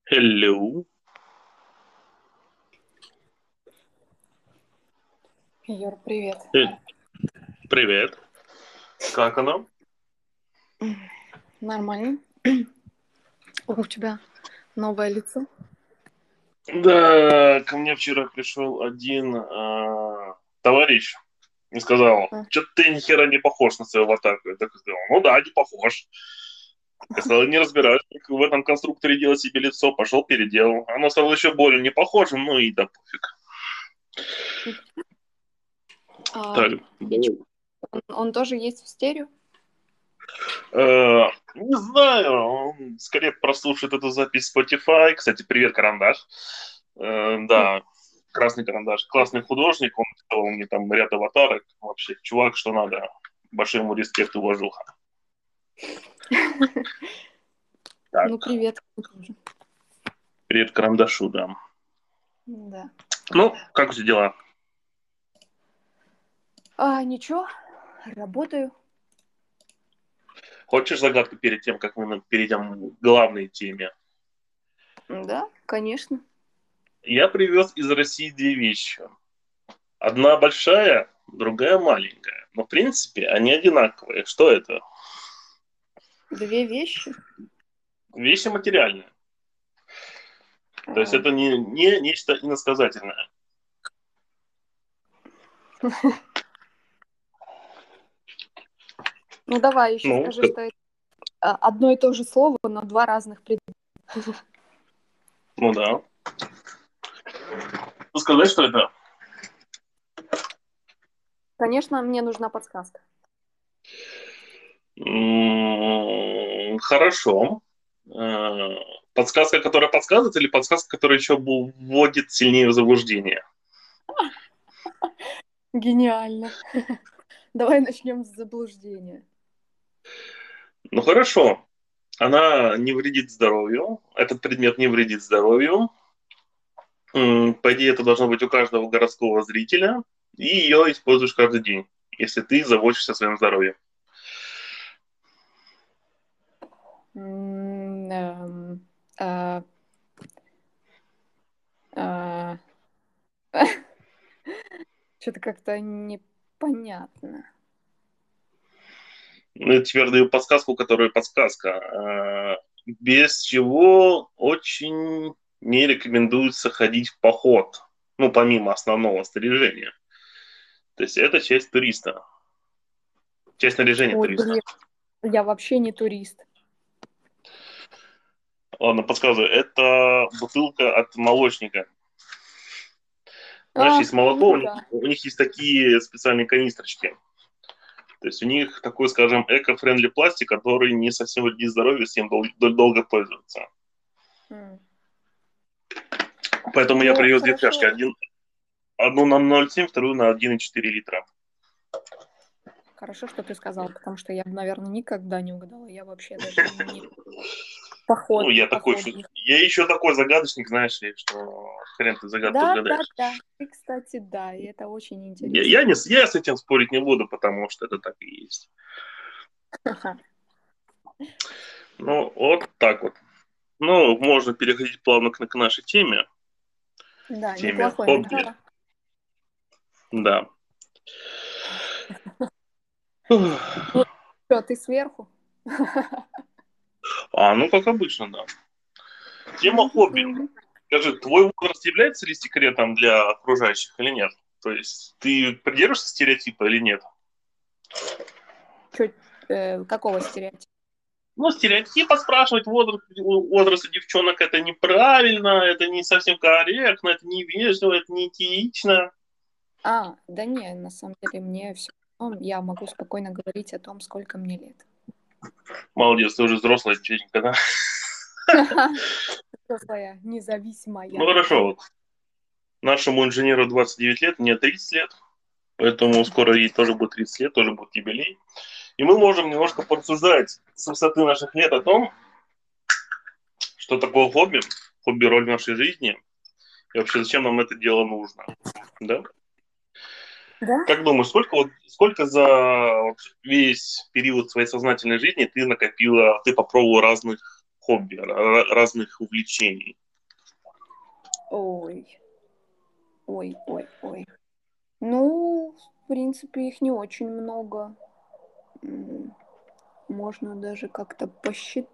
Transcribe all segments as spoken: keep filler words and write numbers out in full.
Hello. Юр, привет. Э, Привет. Как оно? Нормально. У тебя новое лицо? Да, ко мне вчера пришел один а, товарищ и сказал, А, что ты ни хера не похож на своего аватарку. Я так и сказал, ну да, не похож. Я сказал, не разбираюсь, как в этом конструкторе делать себе лицо, пошел переделал. Оно стало еще более не похожим, ну и да пофиг. а, Так, ну, он, он тоже есть в стерео? э, не знаю, он скорее прослушает эту запись Spotify. Кстати, привет, Карандаш. Э, Хм, да, Красный Карандаш. Классный привет. художник, он сделал мне там ряд аватарок. Вообще, чувак, что надо. Большой ему респект и уважуха. Ну, Так, привет. Тоже. привет Карандашу, да. Да. Ну, как у тебя дела? А, ничего, работаю. Хочешь загадку перед тем, как мы перейдем к главной теме? Да, конечно. Я привез из России две вещи. Одна большая, другая маленькая. Но, в принципе, они одинаковые. Что это? Две вещи. Вещи материальные. То есть А, это не, не нечто иносказательное. ну, давай еще Ну, скажи, что это а, одно и то же слово, но два разных предмета. ну да. Ну, сказать, что это? Конечно, мне нужна подсказка. М, Хорошо. Э, Подсказка, которая подсказывает, или подсказка, которая еще вводит сильнее в заблуждение? Гениально. Давай начнем с заблуждения. Ну хорошо. Она не вредит здоровью. Этот предмет не вредит здоровью. М, По идее, это должно быть у каждого городского зрителя. И ее используешь каждый день, если ты заботишься о своем здоровье. М, эм, а, а, Что-то как-то непонятно. Ну, я теперь даю подсказку, которая подсказка. А, Без чего очень не рекомендуется ходить в поход. Ну, помимо основного снаряжения. То есть это часть туриста. Часть снаряжения Ой, туриста. блин, я вообще не турист. Ладно, подсказываю. Это бутылка от молочника. Знаешь, А, есть молоко, ну у них, да. у них есть такие специальные канистрочки. То есть у них такой, скажем, эко-френдли пластик, который не совсем вредит здоровью, если им дол- дол- долго пользоваться. М. Поэтому я Ну, привез две фляжки. хорошо. Один, одну на ноль целых семь, вторую на один и четыре литра. Хорошо, что ты сказал, потому что я бы, наверное, никогда не угадала. Я вообще даже не поход, Ну, я такой, еще- походник. я еще такой загадочник, знаешь ли, что хрен ты загадку Да, да, разгадаешь. да. Ты, кстати, да, и это очень Я, интересно. я, не, с- я с этим спорить не буду, потому что это так и есть. Ну, вот так вот. Ну, можно переходить плавно к, к нашей теме, Да, теме неплохое хобби. начало. Да. Ну, что, ты сверху? А, ну, как обычно, да. Тема Мгм, хобби. мгм. Скажи, твой возраст является ли секретом для окружающих или нет? То есть ты придерживаешься стереотипа или нет? Чё, э, какого стереотипа? Ну, стереотипа спрашивать возраст, возраст девчонок это неправильно, это не совсем корректно, это невежливо, это не этично. А, да не, на самом деле мне все равно, я могу спокойно говорить о том, сколько мне лет. Молодец, ты уже взрослая девчонка, да? Взрослая, Ну независимая. хорошо, вот нашему инженеру двадцать девять лет, мне тридцать лет, поэтому скоро ей тоже будет тридцать лет, тоже будет юбилей. И мы можем немножко порассуждать с высоты наших лет о том, что такое хобби, хобби роль в нашей жизни, и вообще зачем нам это дело нужно. Да? Да? Как думаешь, сколько, вот, сколько за вот весь период своей сознательной жизни ты накопила, ты попробовала разных хобби, ра- разных увлечений? Ой, ой, ой, ой. Ну, в принципе, их не очень много. М, Можно даже как-то посчитать.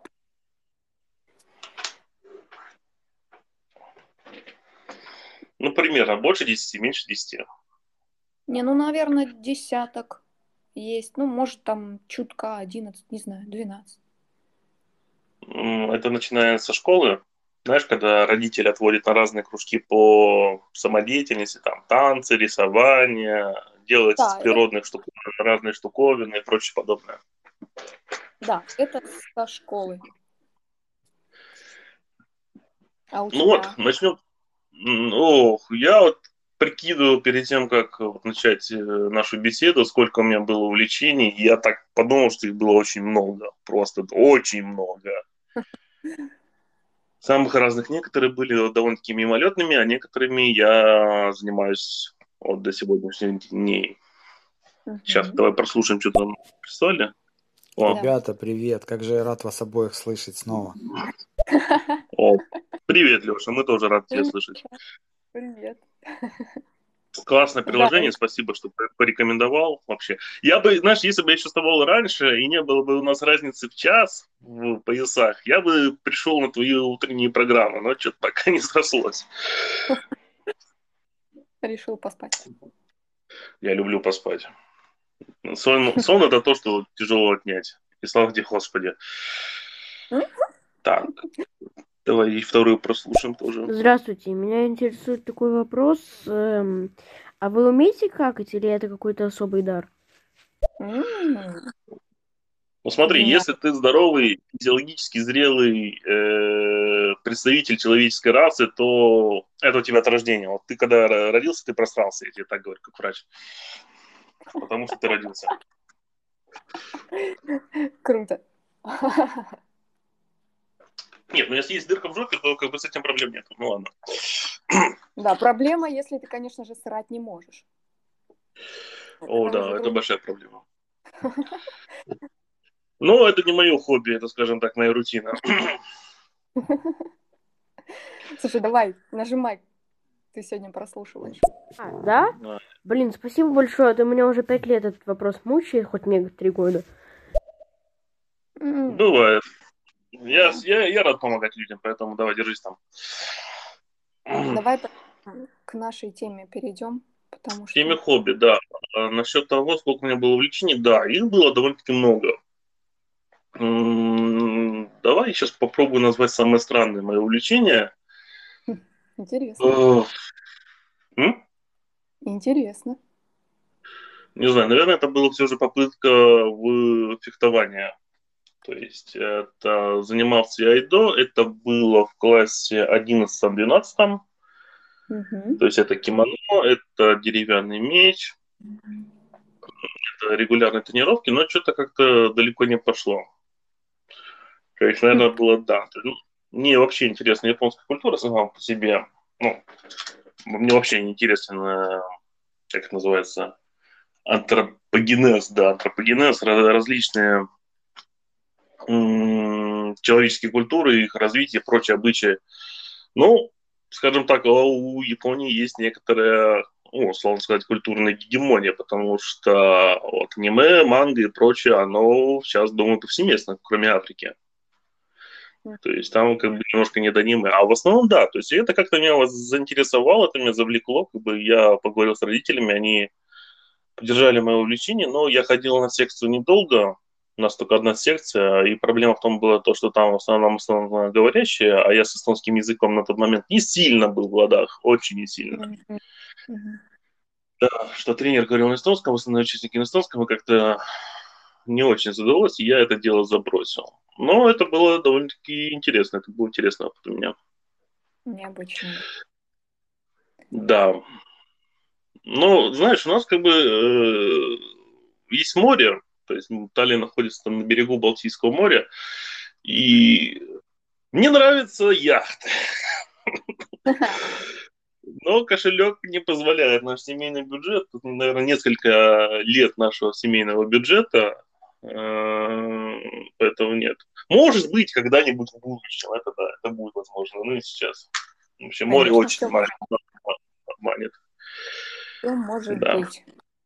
Ну, примерно, больше десяти, меньше десяти. Не, ну, наверное, десяток есть. Ну, может, там чутка одиннадцать, не знаю, двенадцать. М, Это начиная со школы. Знаешь, когда родители отводят на разные кружки по самодеятельности, там танцы, рисование, делать из Да, это, природных штуковин разные штуковины и прочее подобное. да, это со школы. А у Ну вот, тебя? начнем. М, Ох, я вот прикидывал перед тем, как вот начать э, нашу беседу, сколько у меня было увлечений. И я так подумал, что их было очень много. Просто очень много. Самых разных. Некоторые были вот довольно-таки мимолетными, а некоторыми я занимаюсь вот до сегодняшних дней. Сейчас Мгм. давай прослушаем, что там прислали. О, Давай. Ребята, привет! Как же я рад вас обоих слышать снова. о. Привет, Леша, мы тоже рады тебя Привет. слышать. Привет. Классное Да, приложение, спасибо, что пор- порекомендовал вообще. Я бы, знаешь, если бы я еще с тобой раньше, и не было бы у нас разницы в час в поясах, я бы пришел на твои утренние программы, но что-то пока не срослось. решил поспать. Я люблю поспать. Сон, сон это то, что тяжело отнять. И слава тебе, Господи. М? Так, давай и вторую прослушаем тоже. Здравствуйте, меня интересует такой вопрос. эм, А вы умеете какать или это какой-то особый дар? М, Ну смотри, Гениально. если ты здоровый, физиологически зрелый э, представитель человеческой расы, то это у тебя от рождения. Вот ты когда ро- родился, ты просрался, я тебе так говорю, как врач. Потому что ты родился. Круто. Нет, ну если есть дырка в жопе, то как бы с этим проблем нет. Ну ладно. Да, проблема, если ты, конечно же, срать не можешь. Это О, там уже да, это друг... большая проблема. Но это не мое хобби, это, скажем так, моя рутина. Слушай, давай, нажимай. Ты сегодня прослушиваешь. А, да? Да. Блин, спасибо большое, а то меня уже пять лет этот вопрос мучает, хоть мне три года. М, Бывает. Я, я, я рад помогать людям, поэтому давай, держись там. Давай по- к нашей теме перейдем, потому В теме что... хобби, да. А насчет того, сколько у меня было увлечений, да, их было довольно-таки много. М, Давай сейчас попробую назвать самое странное мое увлечение. хм, Интересно. Э, м? Интересно. Не знаю, наверное, это была все же попытка в фехтование. То есть это занимался я и до, это было в классе одиннадцатом-двенадцатом. Мгм. То есть это кимоно, это деревянный меч, это регулярные тренировки, но что-то как-то далеко не пошло. То есть, Хм, наверное, было да. Ну, мне вообще интересна японская культура сама по себе. Ну, мне вообще не интересен, э, как это называется, антропогенез, да, антропогенез, ra- различные м, человеческие культуры, их развитие, прочие обычаи. Ну, скажем так, а у Японии есть некоторая, ну, условно сказать, культурная гегемония, потому что вот аниме, манга и прочее, оно сейчас, думаю, повсеместно, кроме Африки. хм. То есть там как бы немножко не до аниме. А в основном, да, то есть это как-то меня вот заинтересовало, это меня завлекло, как бы я поговорил с родителями, они поддержали мое увлечение, но я ходил на секцию недолго, у нас только одна секция, и проблема в том была то, что там в основном говорящие, а я с эстонским языком на тот момент не сильно был в ладах, очень не сильно. Мгм. Мгм. Да, что тренер говорил на эстонском, основные участники на эстонском, и как-то не очень задалось, и я это дело забросил. Но это было довольно-таки интересно, это был интересный опыт у меня. Необычно. Да. Да. Ну, знаешь, у нас как бы э, есть море, то есть м, Таллин находится там на берегу Балтийского моря, и мне нравится яхта, но кошелек не позволяет наш семейный бюджет. Тут, наверное, несколько лет нашего семейного бюджета, э, этого нет. Может быть, когда-нибудь в будущем, это да, это будет возможно, но не сейчас. Вообще море Конечно, очень все манит. манит. может Да. быть.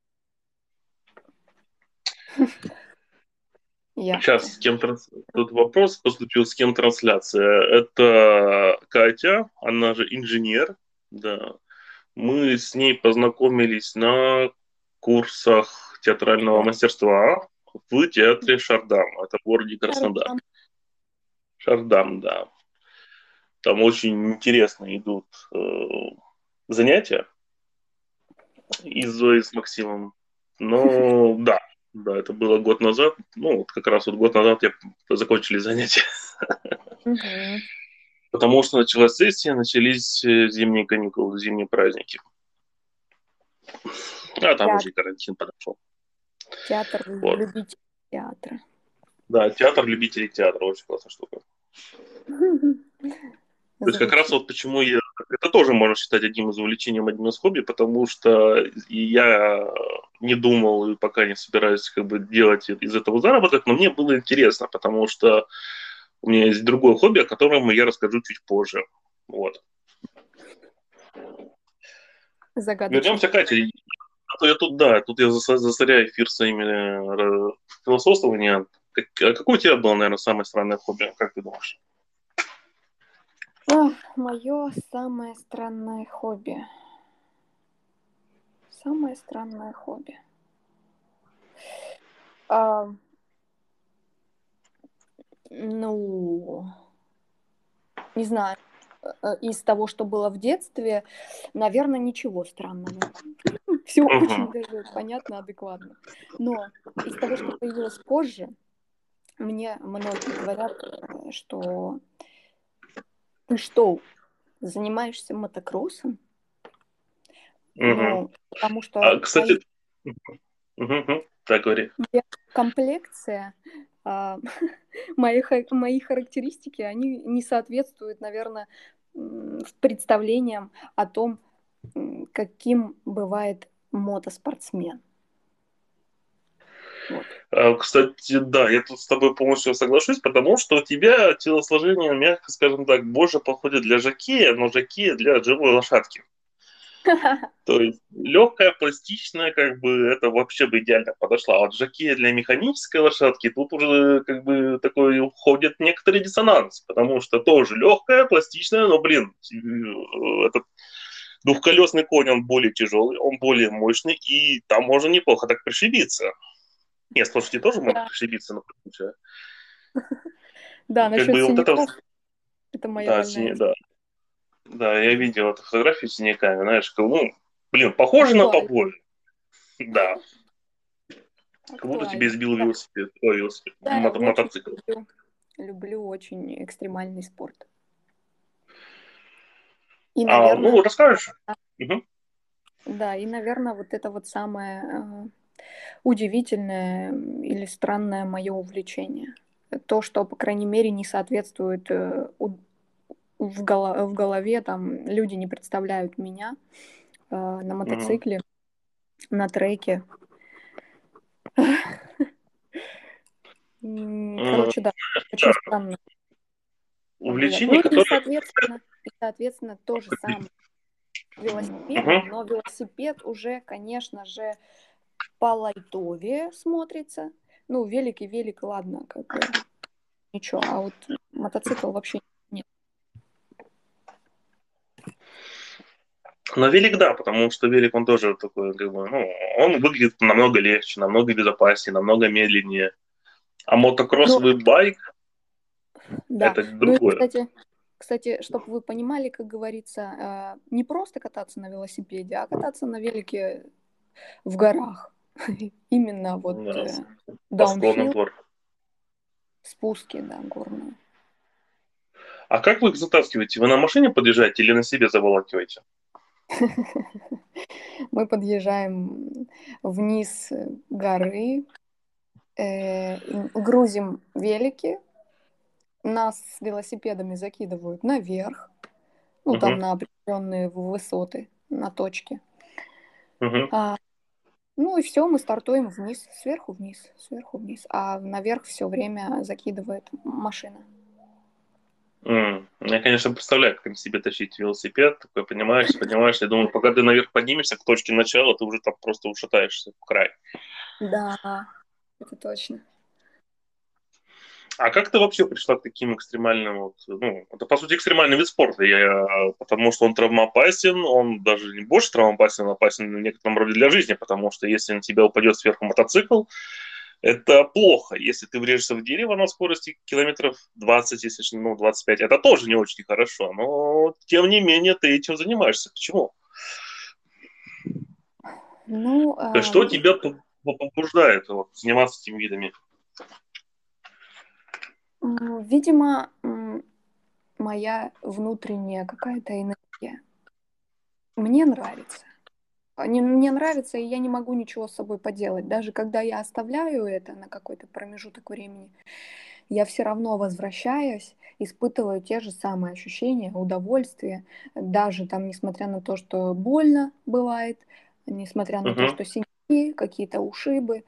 Яхты. Сейчас с кем транс... тут вопрос поступил, с кем трансляция. Это Катя, она же инженер, да. Мы с ней познакомились на курсах театрального мастерства в театре Шардам, это в городе Краснодар. Шардам. Шардам, да. Там очень интересно идут э, занятия и с Зоей, с Максимом. Но да, да, это было год назад. Ну, вот как раз вот год назад я закончили занятия. Мгм. Потому что началась сессия, начались э, зимние каникулы, зимние праздники. А там Театр, уже и карантин подошел. театр Вот. любителей театра. Да, театр любителей театра, очень классная штука. То есть как раз Звучит. вот почему я... Это тоже можно считать одним из увлечений, одним из хобби, потому что и я не думал и пока не собираюсь как бы делать из этого заработок, но мне было интересно, потому что у меня есть другое хобби, о котором я расскажу чуть позже. Вот. Загадочный. Вернемся к Кате. А то я тут, да, тут я зас- засоряю эфир своими э, философствованиями. Как- а какое у тебя было, наверное, самое странное хобби, как ты думаешь? Мое самое странное хобби. Самое странное хобби. А, ну, не знаю. Э, Из того, что было в детстве, наверное, ничего странного. Все очень Угу. даже понятно, адекватно. Но из того, что появилось позже, мне многие говорят, э, что ты что, занимаешься мотокроссом? Угу. Ну, потому что А, кстати, угу, так говори. моя комплекция, а, мои, ха- мои характеристики, они не соответствуют, наверное, представлениям о том, м, каким бывает мотоспортсмен. Вот. А, Кстати, да, я тут с тобой полностью соглашусь, потому что у тебя телосложение, мягко скажем так, больше подходит для жокея, но жокея для живой лошадки. То есть легкая, пластичная, как бы это вообще бы идеально подошла. А вот жокея для механической лошадки, тут уже как бы такой уходит некоторый диссонанс, потому что тоже легкая, пластичная, но, блин, э, этот двухколесный конь, он более тяжелый, он более мощный, и там можно неплохо так пришибиться. Нет, с лошади тоже можно Да, пришибиться, но лучше. да, Как насчет бы вот это, синяков, это моя да, больная сине- тема. да, да, я видел эту фотографию с синяками, знаешь, как, ну, блин, похоже на Актуально, похоже. Да, как будто тебе актуально. сбил Да, велосипед, ой, велосипед, да, я мото- очень мотоцикл. люблю, люблю очень экстремальный спорт. И, А, наверное, ну, расскажешь? Мгм. да, и, наверное, вот это вот самое э, удивительное или странное мое увлечение. То, что, по крайней мере, не соответствует э, у- в, голо- в голове, там люди не представляют меня э, на Мгм. мотоцикле, на треке. М, М, Короче, да, Да, очень странно наблюдать. увлечение, Ну и, которое... соответственно, и, соответственно, то же самое с велосипедом, Мгм. но велосипед уже, конечно же, по лайтовее смотрится. Ну, велик и велик, ладно, как бы ничего. А вот мотоцикл вообще нет. Но велик, да, потому что велик, он тоже такой, как бы, ну, он выглядит намного легче, намного безопаснее, намного медленнее. А Ну, мотокроссовый байк– да. это Ну и, другое. кстати, кстати, чтобы вы понимали, как говорится, э, не просто кататься на велосипеде, а кататься на велике в горах. Именно вот Да, э, по склонам даунхилл, гор. спуски, да, горные. А как вы их затаскиваете? Вы на машине подъезжаете или на себе заволакиваете? Мы подъезжаем вниз горы, э, грузим велики, нас с велосипедами закидывают наверх, ну, там Угу, на определенные высоты, на точке. угу. А, Ну и все, мы стартуем вниз, сверху вниз, сверху вниз, а наверх все время закидывает машина. М. Я, конечно, представляю, как на себе тащить велосипед. Такой поднимаешься, поднимаешься. Я думаю, пока ты наверх поднимешься к точке начала, ты уже там просто ушатаешься в край. Да, это точно. А как ты вообще пришла к таким экстремальным вот, ну, это по сути экстремальный вид спорта, я, потому что он травмоопасен, он даже не больше травмоопасен, он опасен в некотором роде для жизни, потому что если на тебя упадет сверху мотоцикл, это плохо. Если ты врежешься в дерево на скорости километров двадцать, если ну, двадцать пять, это тоже не очень хорошо, но тем не менее ты этим занимаешься. Почему? Ну, То есть а, что тебя побуждает вот, заниматься этими видами? м, видимо, м, моя внутренняя какая-то энергия. Мне нравится. Не- Мне нравится, и я не могу ничего с собой поделать. Даже когда я оставляю это на какой-то промежуток времени, я все равно возвращаюсь, испытываю те же самые ощущения, удовольствие, даже там, несмотря на то, что больно бывает, несмотря на то, Угу. что синяки, какие-то ушибы,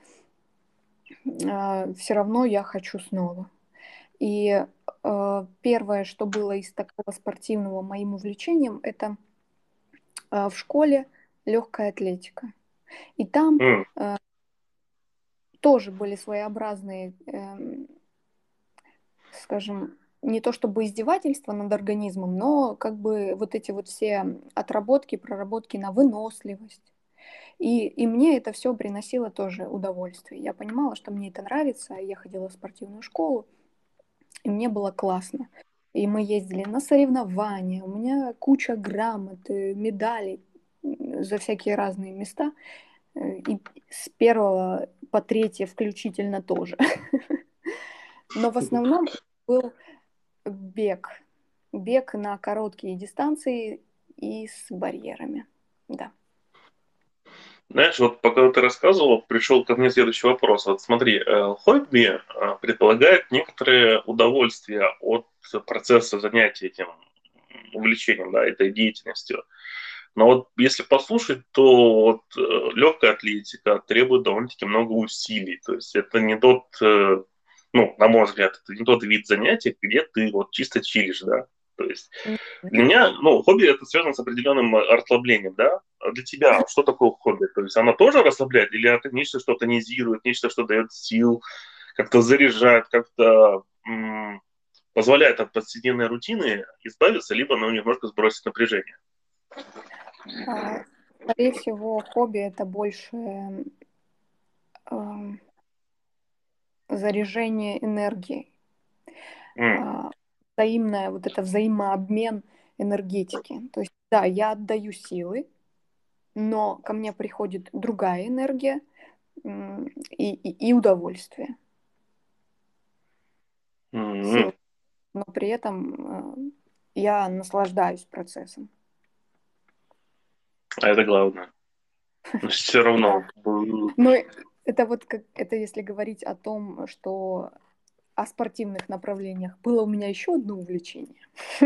все равно я хочу снова. И э, первое, что было из такого спортивного моим увлечением, это э, в школе легкая атлетика. И там М. э, тоже были своеобразные, эм, скажем, не то чтобы издевательства над организмом, но как бы вот эти вот все отработки, проработки на выносливость. И, и мне это все приносило тоже удовольствие. Я понимала, что мне это нравится. Я ходила в спортивную школу, и мне было классно. И мы ездили на соревнования, у меня куча грамот, э, медалей м, за всякие разные места. Э, И с первого по третье включительно тоже. Но в основном был бег. Бег на короткие дистанции и с барьерами. Да. Знаешь, вот пока ты рассказывал, пришел ко мне следующий вопрос. Вот смотри, э, хобби э, предполагает некоторое удовольствие от процесса занятия этим увлечением, да, этой деятельностью. Но вот если послушать, то вот э, легкая атлетика требует довольно-таки много усилий. То есть это не тот, э, ну, на мой взгляд, это не тот вид занятий, где ты вот чисто чилишь, да. То есть для меня, ну, хобби это связано с определенным расслаблением, да? А для тебя что такое хобби? То есть оно тоже расслабляет или это нечто, что тонизирует, нечто, что дает сил, как-то заряжает, как-то м- позволяет от повседневной рутины избавиться, либо, ну, немножко сбросить напряжение? А, Скорее всего, хобби это больше ам, заряжение энергии, М. а, взаимное, вот это взаимообмен энергетики. То есть, да, я отдаю силы, но ко мне приходит другая энергия м, и, и, и удовольствие. М. Сила, но при этом э, я наслаждаюсь процессом. А это главное. Все равно. Да. б- Но это вот как это если говорить о том, что о спортивных направлениях было у меня еще одно увлечение,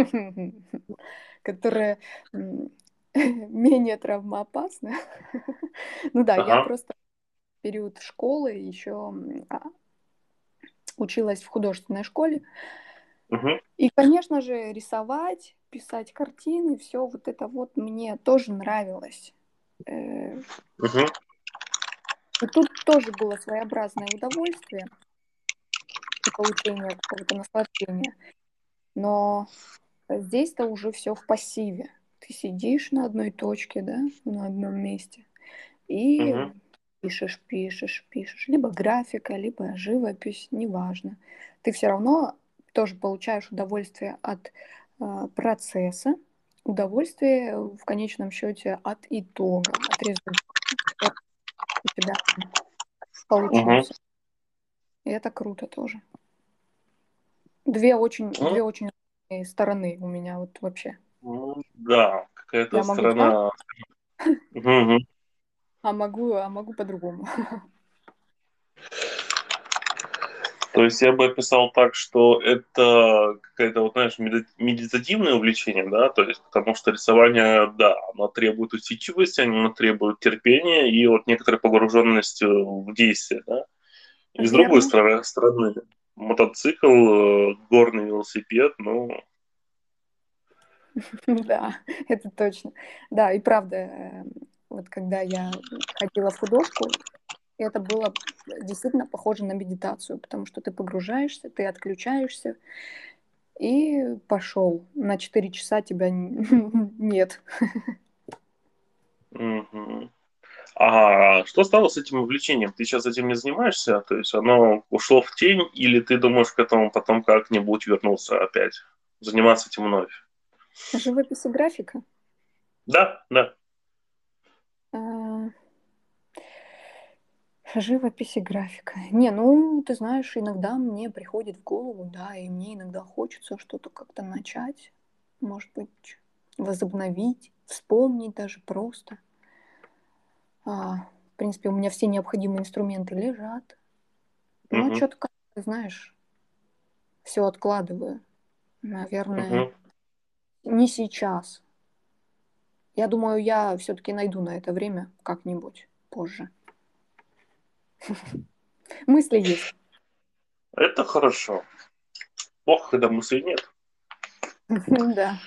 которое м, менее травмоопасно. Ну да, я Ага. просто в период школы еще училась в художественной школе. Мгм. И, конечно же, рисовать, писать картины, все вот это вот мне тоже нравилось. Э, Мгм. И тут тоже было своеобразное удовольствие и получение какого-то наслаждения. Но здесь-то уже все в пассиве. Ты сидишь на одной точке, да, на одном месте, и Мгм. пишешь, пишешь, пишешь. Либо графика, либо живопись, неважно. Ты все равно тоже получаешь удовольствие от э, процесса, удовольствие в конечном счете от итога, от результата, который у тебя Мгм. получился. И это круто тоже. Две очень, Ну, две очень разные стороны у меня вот вообще. ну, да, какая-то Я могу так, сторона. Мгм. а могу, а могу по-другому. То есть я бы описал так, что это какое-то, вот, знаешь, меди- медитативное увлечение, да, то есть потому что рисование, да, оно требует усидчивости, оно требует терпения и вот некоторой погруженности в действие, да. И с другой Верно. стороны, стороны мотоцикл, э, горный велосипед, ну, Да, это точно. Да, и правда, э, вот когда я ходила в художку, это было действительно похоже на медитацию, потому что ты погружаешься, ты отключаешься и пошел. На четыре часа тебя н- нет. мгм. А что стало с этим увлечением? Ты сейчас этим не занимаешься? То есть оно ушло в тень, или ты думаешь к этому потом как-нибудь вернуться опять, заниматься этим вновь? Живопись и графика. Да, да. А, Живопись и графика. Не, ну, ты знаешь, иногда мне приходит в голову, да, и мне иногда хочется что-то как-то начать, может быть, возобновить, вспомнить даже просто. А, в принципе, у меня все необходимые инструменты лежат, но Мгм, что-то, как-то, знаешь, все откладываю. Наверное, мгм. не сейчас. Я думаю, я все-таки найду на это время как-нибудь позже. Мысли есть. Это хорошо. Плохо, когда мыслей нет. Да.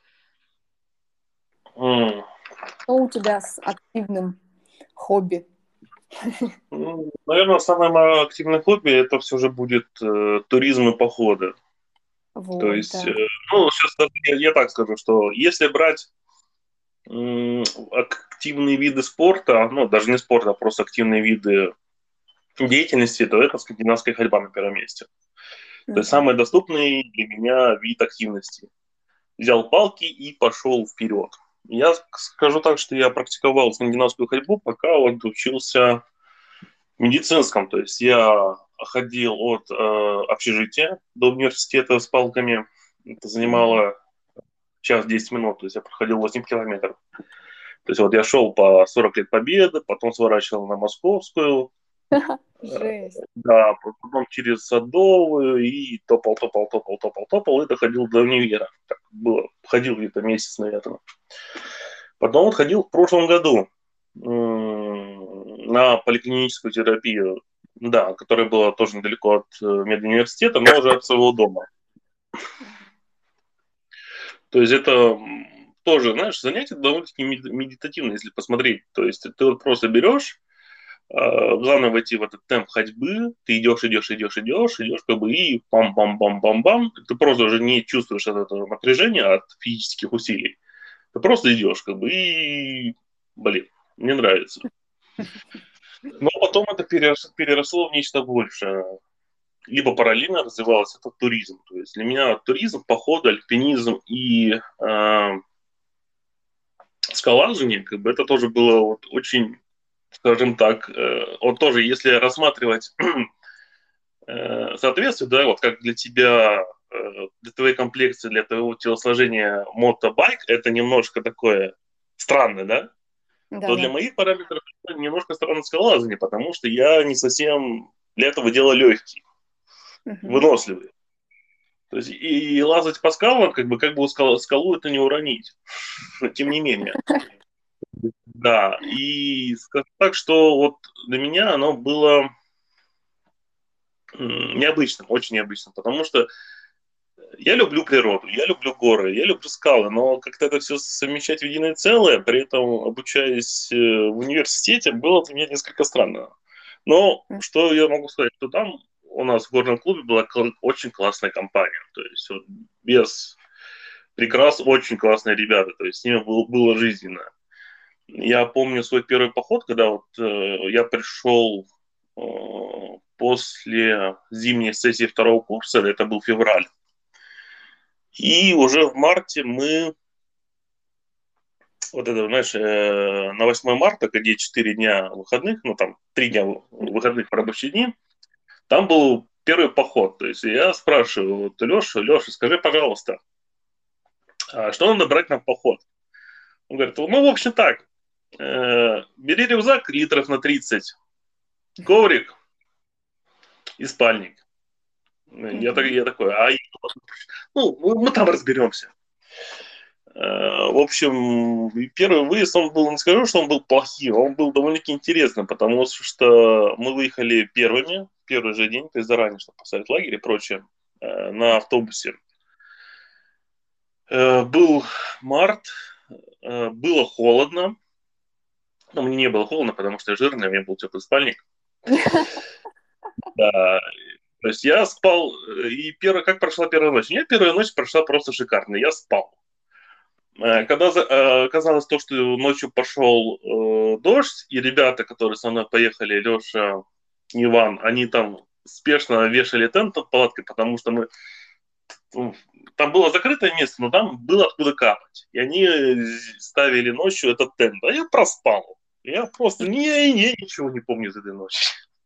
М. Что у тебя с активным хобби? Ну, наверное, самое мое активное хобби это все же будет э, туризм и походы. То Вот, есть, да. э, ну, сейчас я, я так скажу, что если брать м, активные виды спорта, ну, даже не спорта, а просто активные виды деятельности, то это скандинавская ходьба на первом месте. То есть Мгм. самый доступный для меня вид активности. Взял палки и пошел вперед. Я скажу так, что я практиковал скандинавскую ходьбу, пока вот учился в медицинском. То есть я ходил от э, общежития до университета с палками. Это Мгм. занимало час десять минут, то есть я проходил восемь километров. То есть вот я шел по сорок лет Победы, потом сворачивал на Московскую, э, Жесть. да, потом через Садовую и топал, топал, топал, топал, топал, и доходил до универа. Так было, ходил где-то месяц, наверное. Потом вот ходил в прошлом году м, на поликлиническую терапию, да, которая была тоже недалеко от э, медуниверситета, но уже от своего дома. То есть это м, тоже, знаешь, занятие довольно-таки мед- медитативное, если посмотреть. То есть ты вот просто берешь, э, главное войти в этот темп ходьбы, ты идешь, идешь, идешь, идешь, идешь, как бы и пам-пам-пам-пам-пам. Ты просто уже не чувствуешь от этого напряжения, от физических усилий. Ты просто идешь, как бы, и, блин, мне нравится. Но потом это перерос- переросло в нечто большее. Либо параллельно развивалось это туризм. То есть для меня туризм, походы, альпинизм и э, скалолазание, как бы это тоже было вот очень, скажем так, э, вот тоже, если рассматривать э, соответствие, да, вот как для тебя, э, для твоей комплекции, для твоего телосложения мотобайк, это немножко такое странное, да, то для Да-да. моих параметров это немножко странно скалолазание, потому что я не совсем для этого дела легкий, Мгм. выносливый. То есть и лазать по скалам, как бы, как бы скалу, скалу это не уронить. Но тем не менее. Да, и скажу так, что вот для меня оно было м, необычным, очень необычным, потому что я люблю природу, я люблю горы, я люблю скалы, но как-то это все совмещать в единое целое, при этом обучаясь э, в университете, было для меня несколько странно. Но М. что я могу сказать, что там у нас в горном клубе была кл- очень классная компания, то есть вот без прикрас очень классные ребята, то есть с ними было, было жизненно. Я помню свой первый поход, когда вот э, я пришел э, после зимней сессии второго курса, это был февраль, и уже в марте мы, вот это, знаешь, э, на восьмое марта, где четыре дня выходных, ну там три дня выходных по рабочие дни, там был первый поход. То есть я спрашиваю вот, Леша, Леша, скажи, пожалуйста, а что надо брать на поход? Он говорит, ну, в общем так, э, бери рюкзак литров на тридцать, коврик и спальник. Я, так, я такой, а ну, мы, мы там разберемся. В общем, первый выезд, он был, не скажу, что он был плохим, он был довольно-таки интересным, потому что мы выехали первыми, первый же день, то есть заранее, чтобы поставить лагерь и прочее, на автобусе. Был март, было холодно, но мне не было холодно, потому что я жирный, у меня был теплый спальник. Да. То есть я спал, и первая, как прошла первая ночь? У меня первая ночь прошла просто шикарно, я спал. Когда оказалось то, что ночью пошел э, дождь, и ребята, которые со мной поехали, Леша, Иван, они там спешно вешали тент над палаткой, потому что мы... Там было закрытое место, но там было откуда капать. И они ставили ночью этот тент, а я проспал. Я просто не, я ничего не помню из этой ночи.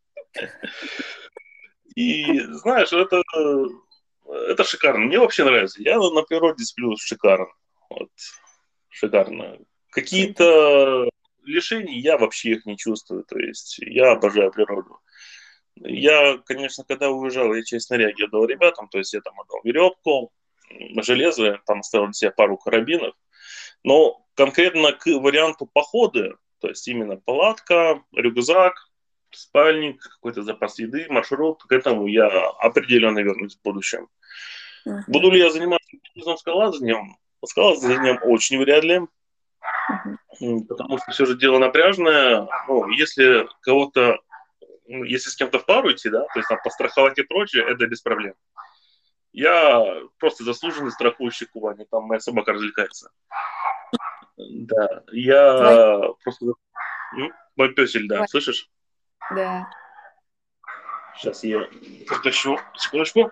И знаешь, это, это шикарно. Мне вообще нравится. Я на природе сплю шикарно. Вот. Шикарно. Какие-то лишений я вообще их не чувствую. То есть я обожаю природу. Я, конечно, когда уезжал, я через снаряги отдал ребятам. То есть я там отдал веревку, железо, там оставил для себя пару карабинов. Но конкретно к варианту похода, то есть именно палатка, рюкзак, спальник, какой-то запас еды, маршрут, к этому я определенно вернусь в будущем. Uh-huh. Буду ли я заниматься скалолазанием? Скалолазанием очень вряд ли, uh-huh. потому что все же дело напряжное. Ну, если кого-то, если с кем-то в пару идти, да, то есть там постраховать и прочее, это без проблем. Я просто заслуженный страхующий кувань, там моя собака развлекается. Да, я Твой... просто... Мой песель, да, Твой... слышишь? Да. Сейчас я потащу. Секундочку.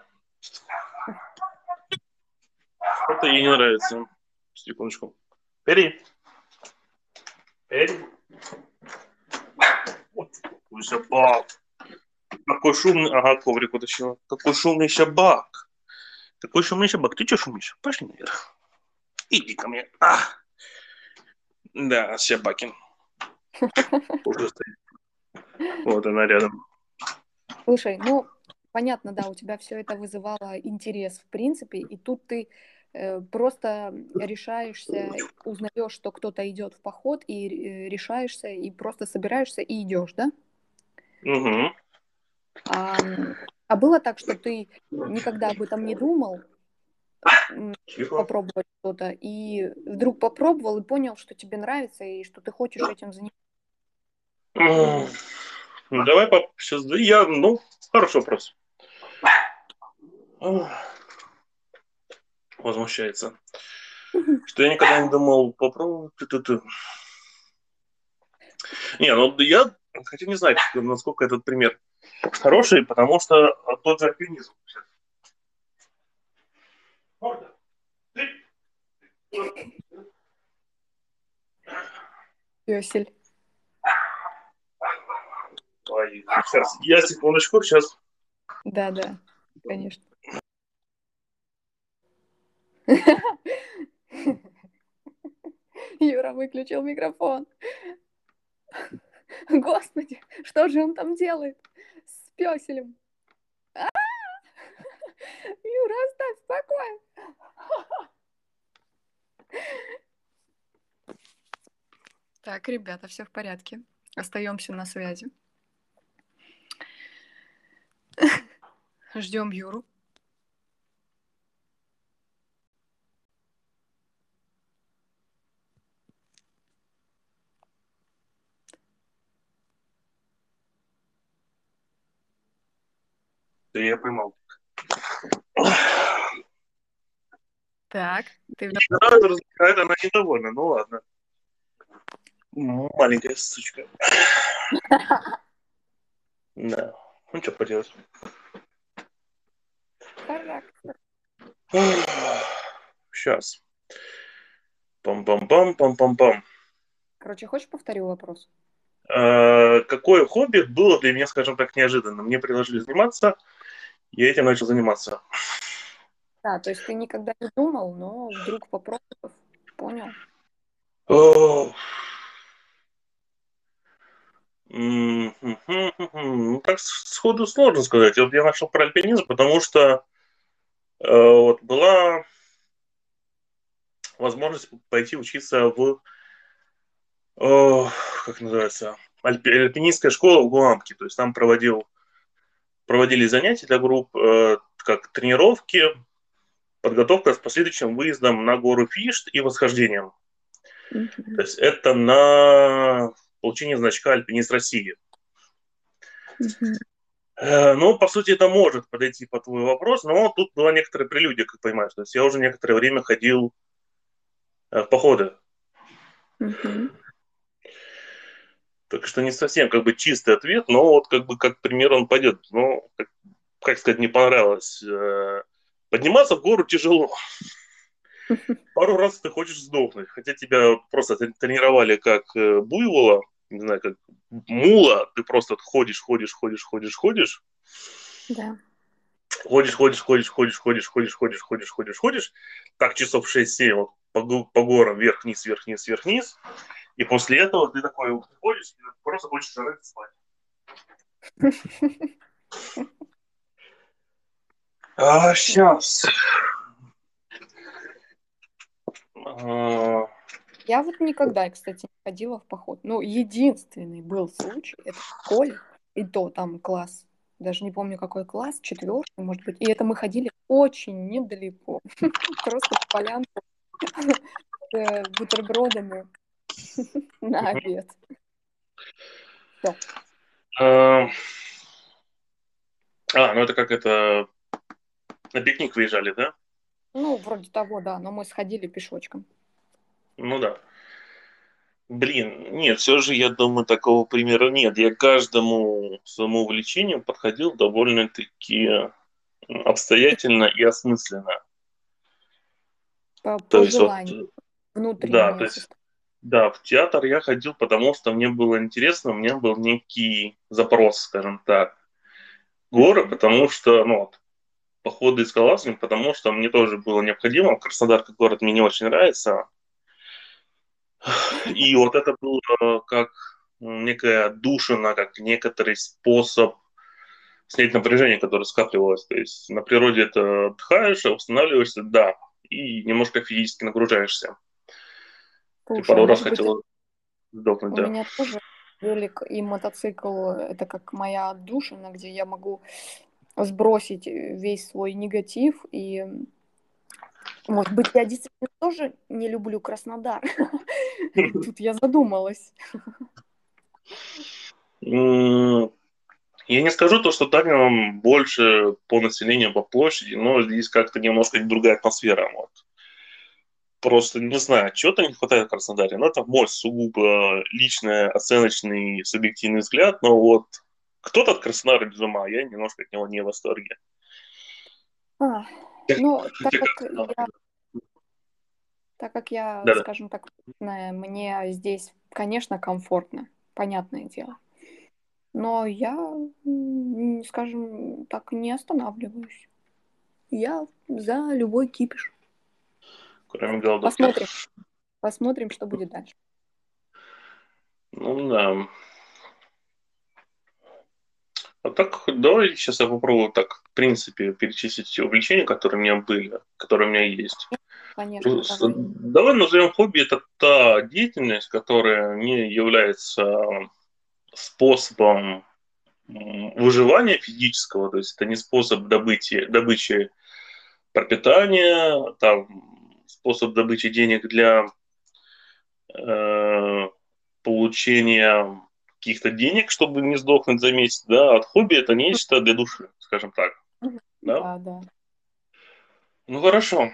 Это ей не нравится. Секундочку. Пери. Пери. Вот какой собак. Какой шумный. Ага, коврик утащила. Какой шумный собак. Какой шумный собак. Ты что шумишь? Пошли наверх. Иди ко мне. А. Да, собаки. Уже стоит. Вот она рядом. Слушай, ну, понятно, да, у тебя все это вызывало интерес, в принципе, и тут ты э, просто решаешься, узнаешь, что кто-то идет в поход, и э, решаешься, и просто собираешься, и идешь, да? Угу. А, а было так, что ты никогда об этом не думал, Тихо. попробовать что-то, и вдруг попробовал и понял, что тебе нравится, и что ты хочешь этим заниматься? Ну, давай пап, сейчас, я, ну, хороший вопрос. Возмущается. Что я никогда не думал попробовать. Не, ну я хочу не знать, насколько этот пример хороший, потому что тот же альпинизм. Пёсель. Ой, сейчас, я секундочку, сейчас. Да, да, конечно. Юра выключил микрофон. Господи, что же он там делает с пёселем? Юра, оставь в покое. Так, ребята, все в порядке. Остаемся на связи. Ждем Юру. Да я поймал. Так, ты... Да, развлекает, она недовольна, ну ладно. Маленькая сучка. Да, ну что поделать. Характер. Сейчас. Пам-пам-пам, пам-пам-пам. Короче, хочешь повторю вопрос? Какое хобби было для меня, скажем так, неожиданно? Мне предложили заниматься, я этим начал заниматься. Да, то есть ты никогда не думал, но вдруг попробовав, понял? О, М, Ну, так сходу сложно сказать. Вот я начал про альпинизм, потому что э, вот была возможность пойти учиться в, э, как называется, альпи- альпинистская школа в Гуамке. То есть там проводил, проводили занятия для групп, э, как тренировки, подготовка с последующим выездом на гору Фишт и восхождением. То Мгм. есть это на получение значка «Альпинист России». Мгм. Э, Ну, по сути, это может подойти по твой вопрос, но тут была некоторая прелюдия, как понимаешь. То есть я уже некоторое время ходил э, в походы. Мгм. Так что не совсем как бы чистый ответ, но вот как бы как пример он пойдет. Ну, как, как сказать, не понравилось. Э, Подниматься в гору тяжело. Пару раз ты хочешь сдохнуть, хотя тебя просто тренировали как э, буйвола, не знаю, как мула, ты просто ходишь, ходишь, ходишь, ходишь, ходишь, Да. ходишь, ходишь, ходишь, ходишь, ходишь, ходишь, ходишь, ходишь, ходишь, ходишь, так часов шесть-семь вот по, го- по горам вверх-вниз, вверх-вниз, вверх-вниз, и после этого ты такой ходишь, и просто хочешь жрать и спать. А, сейчас. А, Я вот никогда, кстати, не ходила в поход. Ну, единственный был случай, это в школе, и то там класс, даже не помню какой класс, четвертый, может быть, и это мы ходили очень недалеко, просто в полянку с э, бутербродами на обед. Все. а, а, ну это как это на пикник выезжали, да? Ну, вроде того, да, но мы сходили пешочком. Ну да. Блин, нет, все же, я думаю, такого примера нет. Я к каждому своему увлечению подходил довольно-таки обстоятельно и осмысленно. По, То по есть вот, желанию, да, то внутреннее есть, состояние. да, в театр я ходил, потому что мне было интересно, у меня был некий запрос, скажем так. Горы, Мгм. потому что, ну, вот, походы с скалолазанием, потому что мне тоже было необходимо. Краснодар как город мне не очень нравится. И вот это было как некая отдушина, как некоторый способ снять напряжение, которое скапливалось. То есть на природе это отдыхаешь, восстанавливаешься, да, и немножко физически нагружаешься. Ты Слушай, а пару раз может быть, хотел сдохнуть, у да. меня тоже велик и мотоцикл — это как моя отдушина, где я могу сбросить весь свой негатив. И, может быть, я действительно тоже не люблю Краснодар. Тут я задумалась. М, Я не скажу то, что Таллином больше по населению, по площади, но здесь как-то немножко другая атмосфера. Вот. Просто не знаю, чего-то не хватает в Краснодаре. Но это мой сугубо личный, оценочный, субъективный взгляд. Но вот кто-то от Краснодара без ума, я немножко от него не в восторге. А, Ты ну, так как как я, так как я, Да-да. скажем так, местная, мне здесь, конечно, комфортно, понятное дело. Но я, м, скажем так, не останавливаюсь. Я за любой кипиш. Кроме голодовки. Посмотрим, посмотрим, что будет дальше. Ну да. А так, давай сейчас я попробую так, в принципе, перечислить все увлечения, которые у меня были, которые у меня есть. Конечно, С- давай. Давай назовем хобби это та деятельность, которая не является способом м, выживания физического, то есть это не способ добычи, добычи пропитания, там, способ добычи денег для э, получения каких-то денег, чтобы не сдохнуть за месяц, да, от хобби это нечто для души, скажем так, Мгм. да. Да, да. Ну хорошо.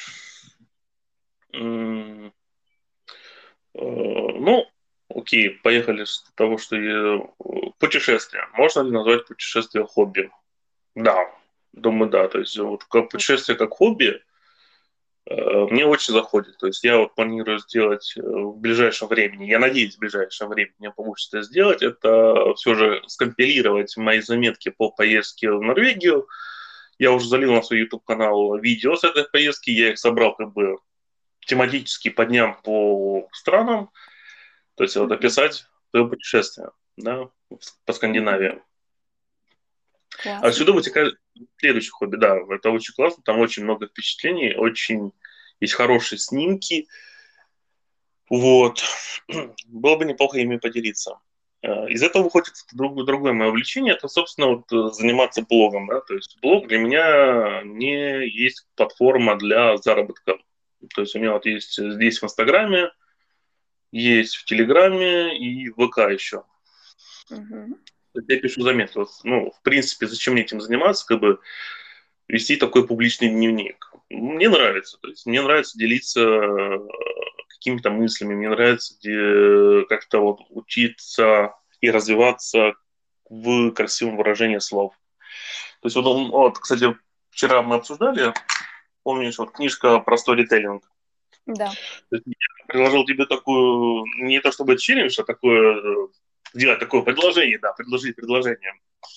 М, э, Ну, окей, поехали с того, что я... путешествие. Можно ли назвать путешествие хобби? Да, думаю, да. То есть вот как путешествие как хобби э, мне очень заходит. То есть я вот планирую сделать э, в ближайшем времени, я надеюсь, в ближайшем времени мне получится это сделать, это все же скомпилировать мои заметки по поездке в Норвегию. Я уже залил на свой YouTube канал видео с этой поездки, я их собрал как бы тематически по дням, по странам, то есть вот Мгм. описать свое путешествие. да, по Скандинавии. Классно. Отсюда вытекает следующее хобби, да, это очень классно, там очень много впечатлений, очень есть хорошие снимки, вот, было бы неплохо ими поделиться. Из этого выходит друг, другое мое увлечение, это, собственно, вот заниматься блогом, да, то есть блог для меня не есть платформа для заработка, то есть у меня вот есть здесь в Инстаграме, есть в Телеграме и в ВК еще. Угу. Я пишу заметки. Вот, ну, в принципе, зачем мне этим заниматься, как бы вести такой публичный дневник. Мне нравится. То есть мне нравится делиться э, какими-то мыслями, мне нравится де- как-то вот учиться и развиваться в красивом выражении слов. То есть вот, он- вот, кстати, вчера мы обсуждали, помнишь, вот книжка про сторителлинг. Да. То есть я предложил тебе такую, не то чтобы челлендж, а такое, э, сделать такое предложение, да, предложить предложение.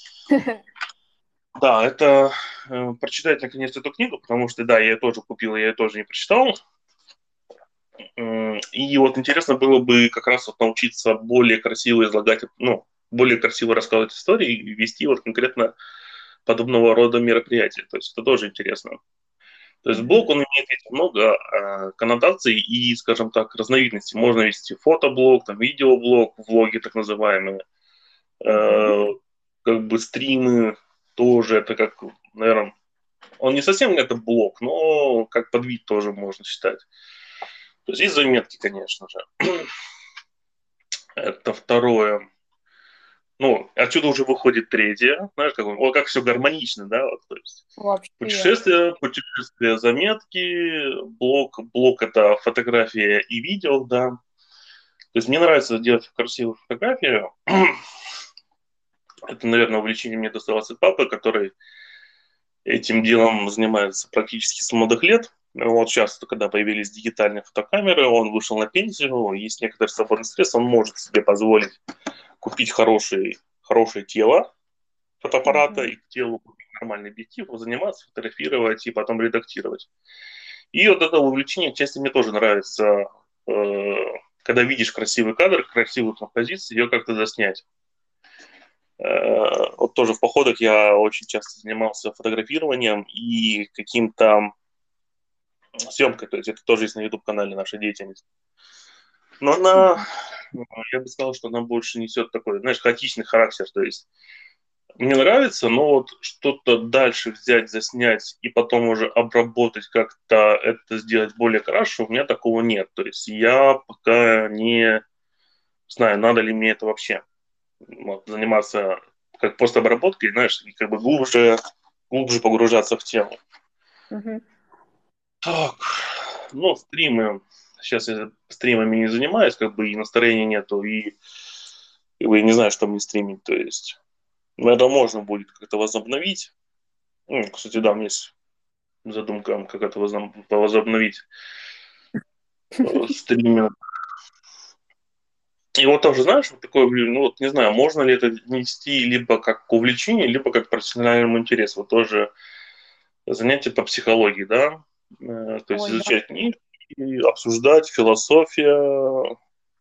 Да, это э, прочитать наконец эту книгу, потому что, да, я ее тоже купил, я ее тоже не прочитал. М, И вот интересно было бы как раз вот научиться более красиво излагать, ну, более красиво рассказывать истории и вести вот конкретно подобного рода мероприятия. То есть это тоже интересно. То есть блог, Угу. он имеет ведь много э, коннотаций и, скажем так, разновидностей. Можно вести фотоблог, там, видеоблог, влоги так называемые, Угу. э, как бы стримы тоже, это как, наверное, он не совсем это блог, но как подвид тоже можно считать. То есть есть заметки, конечно же. Это второе. Ну, отсюда уже выходит третье. Знаешь, как, вот как все гармонично, да? Вот, то есть Вообще. путешествия, путешествия, заметки, блог, блог это фотография и видео, да. То есть мне нравится делать красивые фотографии. Это, наверное, увлечение мне досталось от папы, который этим делом занимается практически с молодых лет. Вот сейчас, когда появились дигитальные фотокамеры, он вышел на пенсию, есть некоторые свободные средства, он может себе позволить купить хороший, хорошее тело фотоаппарата Угу. и к телу купить нормальный объектив, заниматься, фотографировать и потом редактировать. И вот это увлечение, части мне тоже нравится, э, когда видишь красивый кадр, красивую композицию, ее как-то заснять. Э, Вот тоже в походах я очень часто занимался фотографированием и каким-то съемкой, то есть это тоже есть на YouTube-канале наша деятельность. Но она, Угу. я бы сказал, что она больше несет такой, знаешь, хаотичный характер, то есть мне нравится, но вот что-то дальше взять, заснять и потом уже обработать как-то, это сделать более хорошо, у меня такого нет. То есть я пока не знаю, надо ли мне это вообще вот, заниматься как постобработкой, знаешь, и как бы глубже, глубже погружаться в тему. Угу. Так, ну, стримы. Сейчас я стримами не занимаюсь, как бы и настроения нету, и, и я не знаю, что мне стримить, то есть. Но это можно будет как-то возобновить. Ну, кстати, да, у меня есть задумка, как это возом- возобновить э, стриминг. И вот тоже, знаешь, вот такое, блин, ну вот не знаю, можно ли это нести либо как увлечение, либо как профессиональному интересу. Вот тоже занятие по психологии, да, Э, то есть Ой, да. изучать книги, обсуждать философия.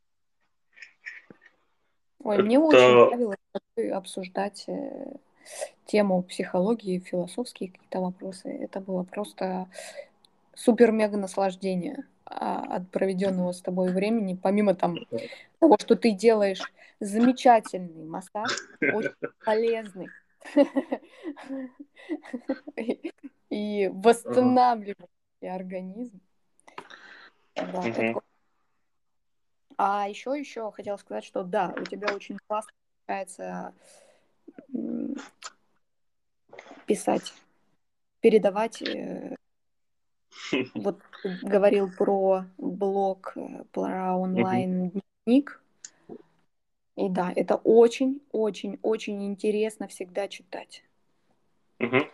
Ой, мне очень Это нравилось обсуждать э, тему психологии, философские какие-то вопросы. Это было просто супер-мега наслаждение а, от проведенного с тобой времени. Помимо там того, что ты делаешь замечательный массаж, очень полезный и и ага, восстанавливающий организм. Да, это. мгм, А еще еще хотела сказать, что да, у тебя очень классно получается м, писать, передавать. э, Вот ты говорил про блог, э, про мгм, онлайн-дневник. И да, это очень, очень, очень интересно всегда читать. мгм.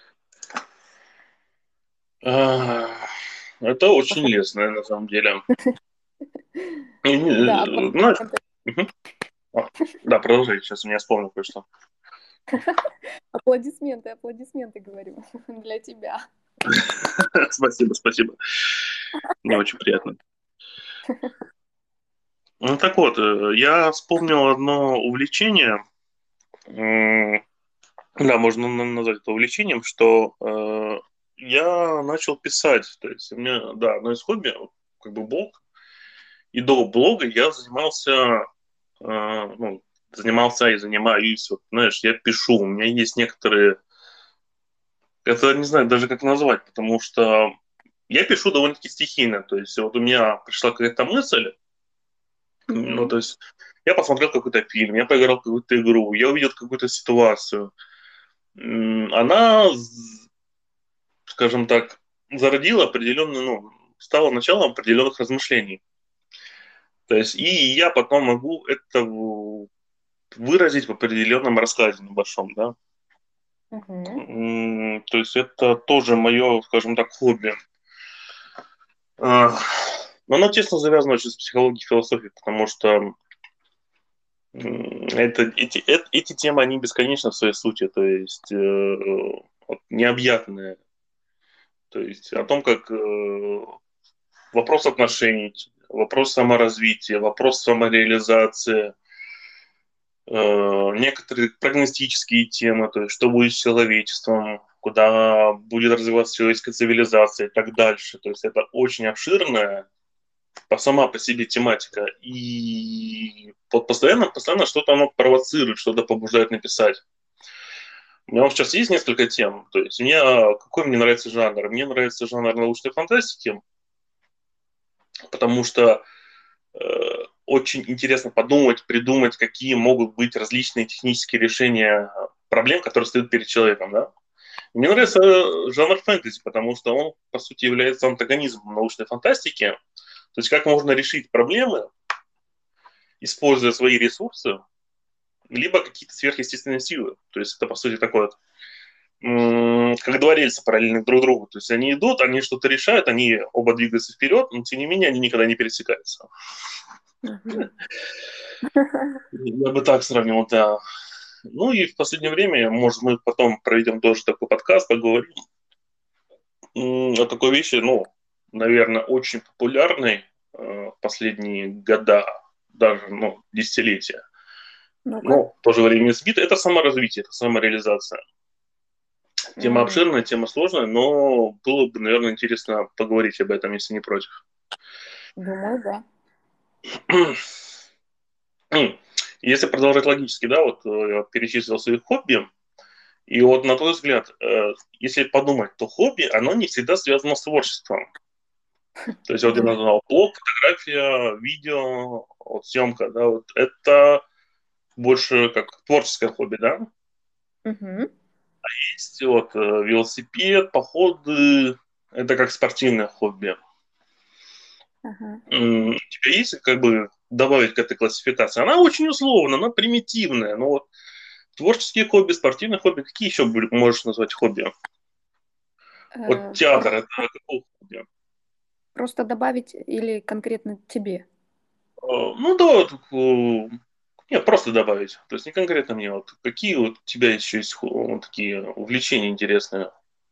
А, Это очень Апла- лестно, на самом деле. И, Да, э, знаешь, аплодисменты, мгм. А, да, продолжай, сейчас у меня вспомнил кое-что. аплодисменты, аплодисменты говорю для тебя. Спасибо, спасибо. Мне очень приятно. Ну так вот, э, я вспомнил одно увлечение, м, да, можно на- назвать это увлечением, что э, я начал писать. То есть у меня, да, одно из хобби, вот, как бы блог. И до блога я занимался, э, ну, занимался и занимаюсь, вот, знаешь, я пишу. У меня есть некоторые, это не знаю даже как назвать, потому что я пишу довольно-таки стихийно. То есть вот у меня пришла какая-то мысль, ну, Мгм. то есть я посмотрел какой-то фильм, я поиграл в какую-то игру, я увидел какую-то ситуацию. М, Она, з- скажем так, зародила определенную, ну, стала началом определенных размышлений. То есть и я потом могу это в- выразить в определенном рассказе небольшом, да. Мгм. М, То есть это тоже мое, скажем так, хобби. А, Но оно тесно завязано очень с психологией и философией, потому что м, это, эти, эт- эти темы, они бесконечны в своей сути, то есть э, вот необъятные. То есть о том, как э, вопрос отношений, вопрос саморазвития, вопрос самореализации, э, некоторые прогностические темы, то есть что будет с человечеством, куда будет развиваться человеческая цивилизация и так дальше. То есть это очень обширная по сама по себе тематика. И вот постоянно, постоянно что-то оно провоцирует, что-то побуждает написать. У меня вот сейчас есть несколько тем. То есть у меня какой мне нравится жанр? Мне нравится жанр научной фантастики, потому что э, очень интересно подумать, придумать, какие могут быть различные технические решения проблем, которые стоят перед человеком, да. Мне нравится э, жанр фэнтези, потому что он, по сути, является антагонизмом научной фантастики. То есть как можно решить проблемы, используя свои ресурсы, либо какие-то сверхъестественные силы. То есть это, по сути, такое вот, м, как два рельса параллельных друг другу. То есть они идут, они что-то решают, они оба двигаются вперед, но тем не менее они никогда не пересекаются. Мгм. Я бы так сравнил, да. Ну и в последнее время, может, мы потом проведем тоже такой подкаст, поговорим м, о такой вещи, ну, наверное, очень популярной э, в последние года, даже, ну, десятилетия. Ну-ка. Но в то же время сбит. Это саморазвитие, это самореализация. Тема М, обширная, тема сложная, но было бы, наверное, интересно поговорить об этом, если не против. Думаю, да. Если продолжать логически, да, вот э, я перечислил свои хобби, и вот на твой взгляд, э, если подумать, то хобби, оно не всегда связано с творчеством. То есть вот я Да. назвал блог, фотография, видео, вот съемка, да, вот это больше как творческое хобби, да. Мгм. Есть вот э, велосипед, походы, это как спортивное хобби. Ага. М, У тебя есть как бы добавить к этой классификации? Она очень условна, она примитивная, но вот творческие хобби, спортивные хобби, какие еще можешь назвать хобби? Вот Э, театр, про- это какое хобби? Просто добавить или конкретно тебе? Э, Ну да, вот, э, нет, просто добавить. То есть не конкретно мне. Вот какие вот у тебя еще есть хо- вот такие увлечения интересные?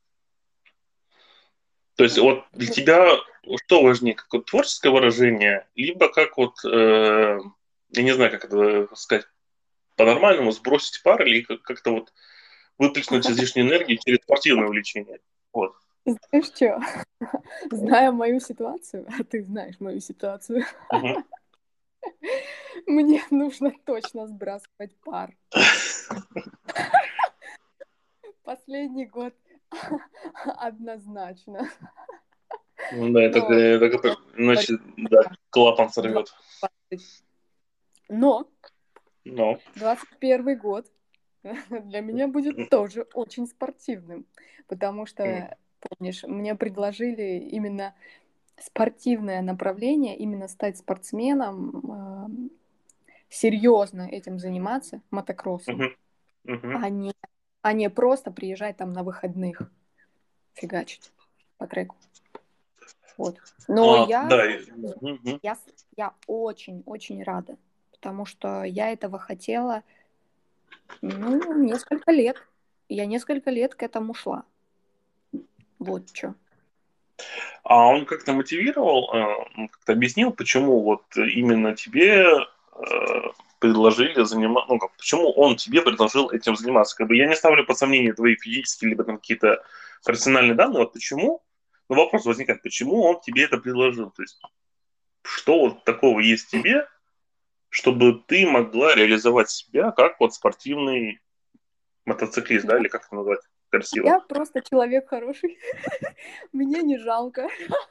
То есть вот для Ну, тебя что важнее, как вот творческое выражение, либо как вот, э, я не знаю, как это сказать по-нормальному, сбросить пар или как- как-то вот выплеснуть излишнюю энергию через спортивное увлечение. Вот. знаешь что? Зная мою ситуацию, а ты знаешь мою ситуацию, Мгм. мне нужно точно сбрасывать пар. Последний год однозначно. Ну да, это, Но это, я это- говорю иначе да, клапан двадцать сорвет. двадцать. Но Но. двадцать первый год для меня будет тоже очень спортивным, потому что, помнишь, мне предложили именно спортивное направление, именно стать спортсменом, серьезно этим заниматься, мотокроссом, Мгм. Мгм. а не, а не просто приезжать там на выходных фигачить по треку. Вот. Но А, я, да. и- Мгм. я, я очень-очень рада, потому что я этого хотела, ну, несколько лет. Я несколько лет к этому шла. Вот что. А он как-то мотивировал, э, он как-то объяснил, почему вот именно тебе э, предложили заниматься, ну как, почему он тебе предложил этим заниматься. Как бы я не ставлю под сомнение твои физические либо там какие-то профессиональные данные, вот почему, ну вопрос возникает, почему он тебе это предложил, то есть что вот такого есть в тебе, чтобы ты могла реализовать себя как вот спортивный мотоциклист, да, Я, или как это назвать красиво? я просто человек хороший. Мне не жалко.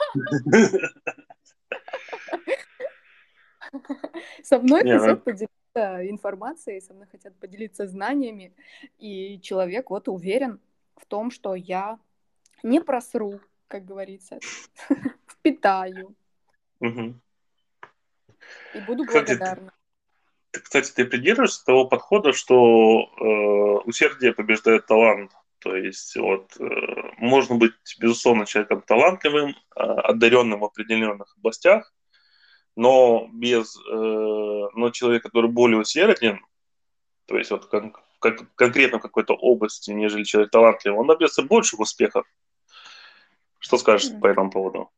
Со мной Не, ну, хотят поделиться информацией, со мной хотят поделиться знаниями. И человек вот уверен в том, что я не просру, как говорится, впитаю мгм. и буду Кстати, ты, благодарна. ты, кстати, ты придерживаешься того подхода, что э, усердие побеждает талант. То есть вот э, можно быть, безусловно, человеком талантливым, э, одаренным в определенных областях, но без, э, но человек, который более усерден, то есть вот кон- как, конкретно в какой-то области, нежели человек талантливый, он добьется больших успехов. Что скажешь М. по этому поводу?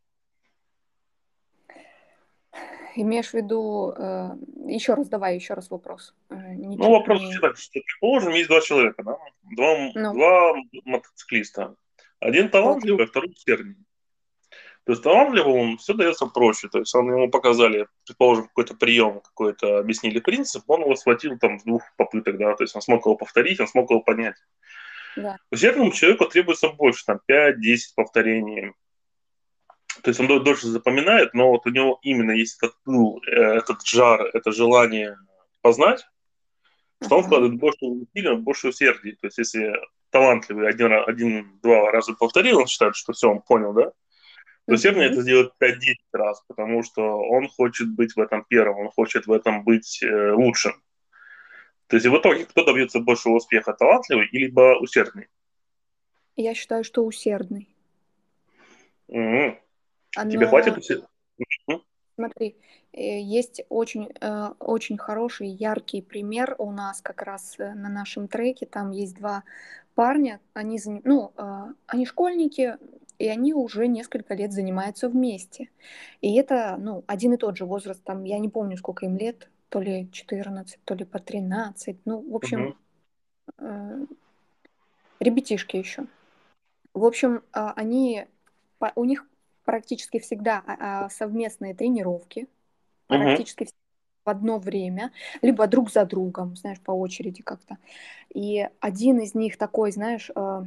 Имеешь в виду... э, еще раз, давай, еще раз вопрос. Э, не, Ну, чу- вопрос не... вообще так, что, предположим, есть два человека, да? Два, Ну, два мотоциклиста. Один окей. талантливый, а второй усердный. То есть талантливому он все дается проще. То есть он ему показали, предположим, какой-то прием, какой-то объяснили принцип, он его схватил там в двух попыток, да, то есть он смог его повторить, он смог его понять. Да. Усердному человеку требуется больше, там, пять-десять повторений. То есть он дольше запоминает, но вот у него именно есть этот пыл, э, этот жар, это желание познать, что он Ага. вкладывает больше усилий, больше усердия. То есть если талантливый один, один-два раза повторил, он считает, что все, он понял, да? То усердно Мгм. это сделать пять-десять раз, потому что он хочет быть в этом первым, он хочет в этом быть э, лучшим. То есть в итоге кто добьется большего успеха, талантливый или усердный? Я считаю, что усердный. М-м. Тебе хватит Но усердия? смотри, э, есть очень, э, очень хороший, яркий пример у нас как раз э, на нашем треке. Там есть два парня, они, зани- ну, э, они школьники, и они уже несколько лет занимаются вместе. И это, ну, один и тот же возраст, там, я не помню, сколько им лет, то ли четырнадцать, то ли по тринадцать. Ну, в общем, Мгм. э, ребятишки еще. В общем, а, они, по- у них практически всегда а, а, совместные тренировки, Мгм. практически все в одно время, либо друг за другом, знаешь, по очереди как-то. И один из них такой, знаешь, э,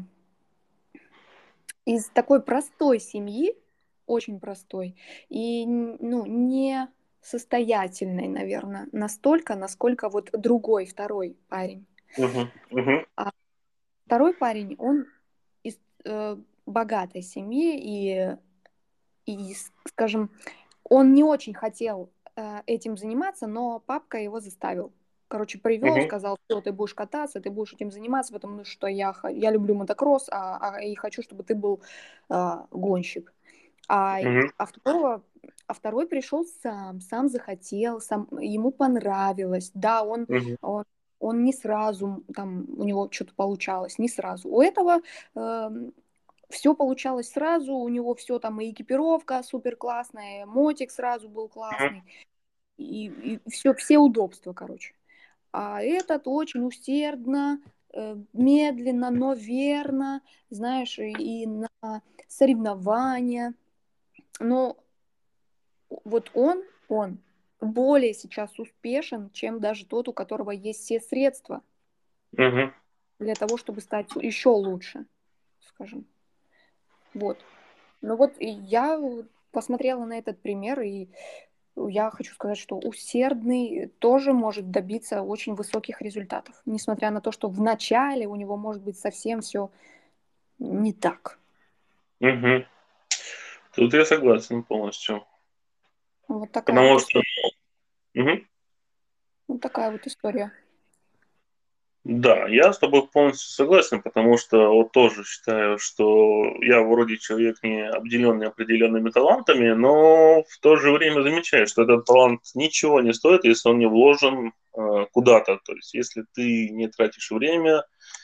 из такой простой семьи, очень простой, и н- ну, не состоятельной, наверное, настолько, насколько вот другой, второй парень. Мгм. Мгм. А второй парень, он из э, богатой семьи, и, и, скажем, он не очень хотел э, этим заниматься, но папка его заставил. Короче, привел, Мгм. сказал, что ты будешь кататься, ты будешь этим заниматься, потому что я, х- я люблю мотокросс, а, а, и хочу, чтобы ты был а, гонщик. А, Мгм. а, второго, а второй пришел сам, сам захотел, сам, ему понравилось. Да, он, Мгм. он, он не сразу, там, у него что-то получалось, не сразу. У этого все получалось сразу, у него все там, и экипировка супер классная, мотик сразу был Мгм. классный, и, и все, все удобства, короче. А этот очень усердно, э, медленно, но верно, знаешь, и, и на соревнования. Но вот он, он более сейчас успешен, чем даже тот, у которого есть все средства Мгм. для того, чтобы стать еще лучше, скажем. Вот. Ну вот и я посмотрела на этот пример, и я хочу сказать, что усердный тоже может добиться очень высоких результатов, несмотря на то, что в начале у него может быть совсем все не так. Мгм. Тут я согласен полностью. Вот такая вот Потому что, история. мгм. Вот такая вот история. Да, я с тобой полностью согласен, потому что вот тоже считаю, что я вроде человек не обделенный определенными талантами, но в то же время замечаю, что этот талант ничего не стоит, если он не вложен э, куда-то. То есть, если ты не тратишь время,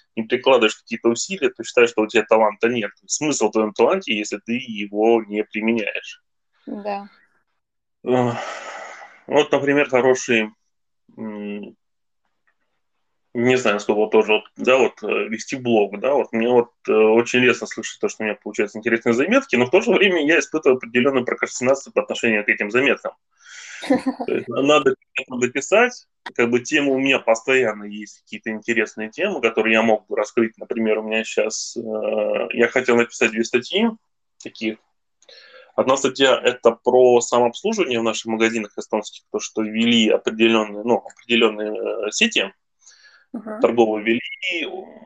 не прикладываешь какие-то усилия, ты считаешь, что у тебя таланта нет. Смысл в твоем таланте, если ты его не применяешь. Да. Вот, например, хороший, не знаю, насколько тоже, вот, да, вот вести блог, да, вот мне вот очень лестно слышать то, что у меня получаются интересные заметки, но в то же время я испытываю определенную прокрастинацию по отношению к этим заметкам. То есть надо дописать, как бы темы у меня постоянно есть, какие-то интересные темы, которые я мог бы раскрыть. Например, у меня сейчас, э, я хотел написать две статьи таких. Одна статья – это про самообслуживание в наших магазинах эстонских, то, что ввели определенные, ну, определенные э, сети, Ага. торговые ввели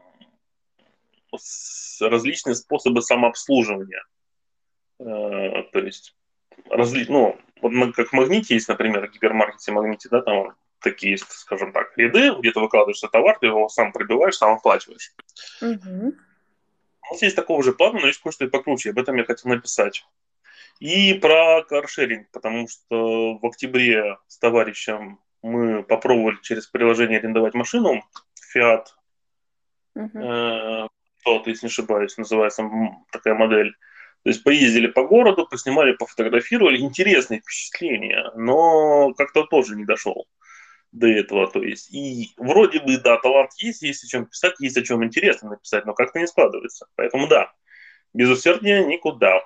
различные способы самообслуживания. Э, то есть разли... ну, вот как в Магните есть, например, в гипермаркете Магните, да, там такие есть, скажем так, ряды, где ты выкладываешь товар, ты его сам пробиваешь, сам оплачиваешь. Угу. У нас есть такого же плана, но есть кое-что и покруче, об этом я хотел написать. И про каршеринг, потому что в октябре с товарищем мы попробовали через приложение арендовать машину Fiat, Угу. э, тот, если не ошибаюсь, называется такая модель. То есть поездили по городу, поснимали, пофотографировали. Интересные впечатления, но как-то тоже не дошел до этого. То есть и вроде бы, да, талант есть, есть о чем писать, есть о чем интересно написать, но как-то не складывается. Поэтому да, без усердия никуда.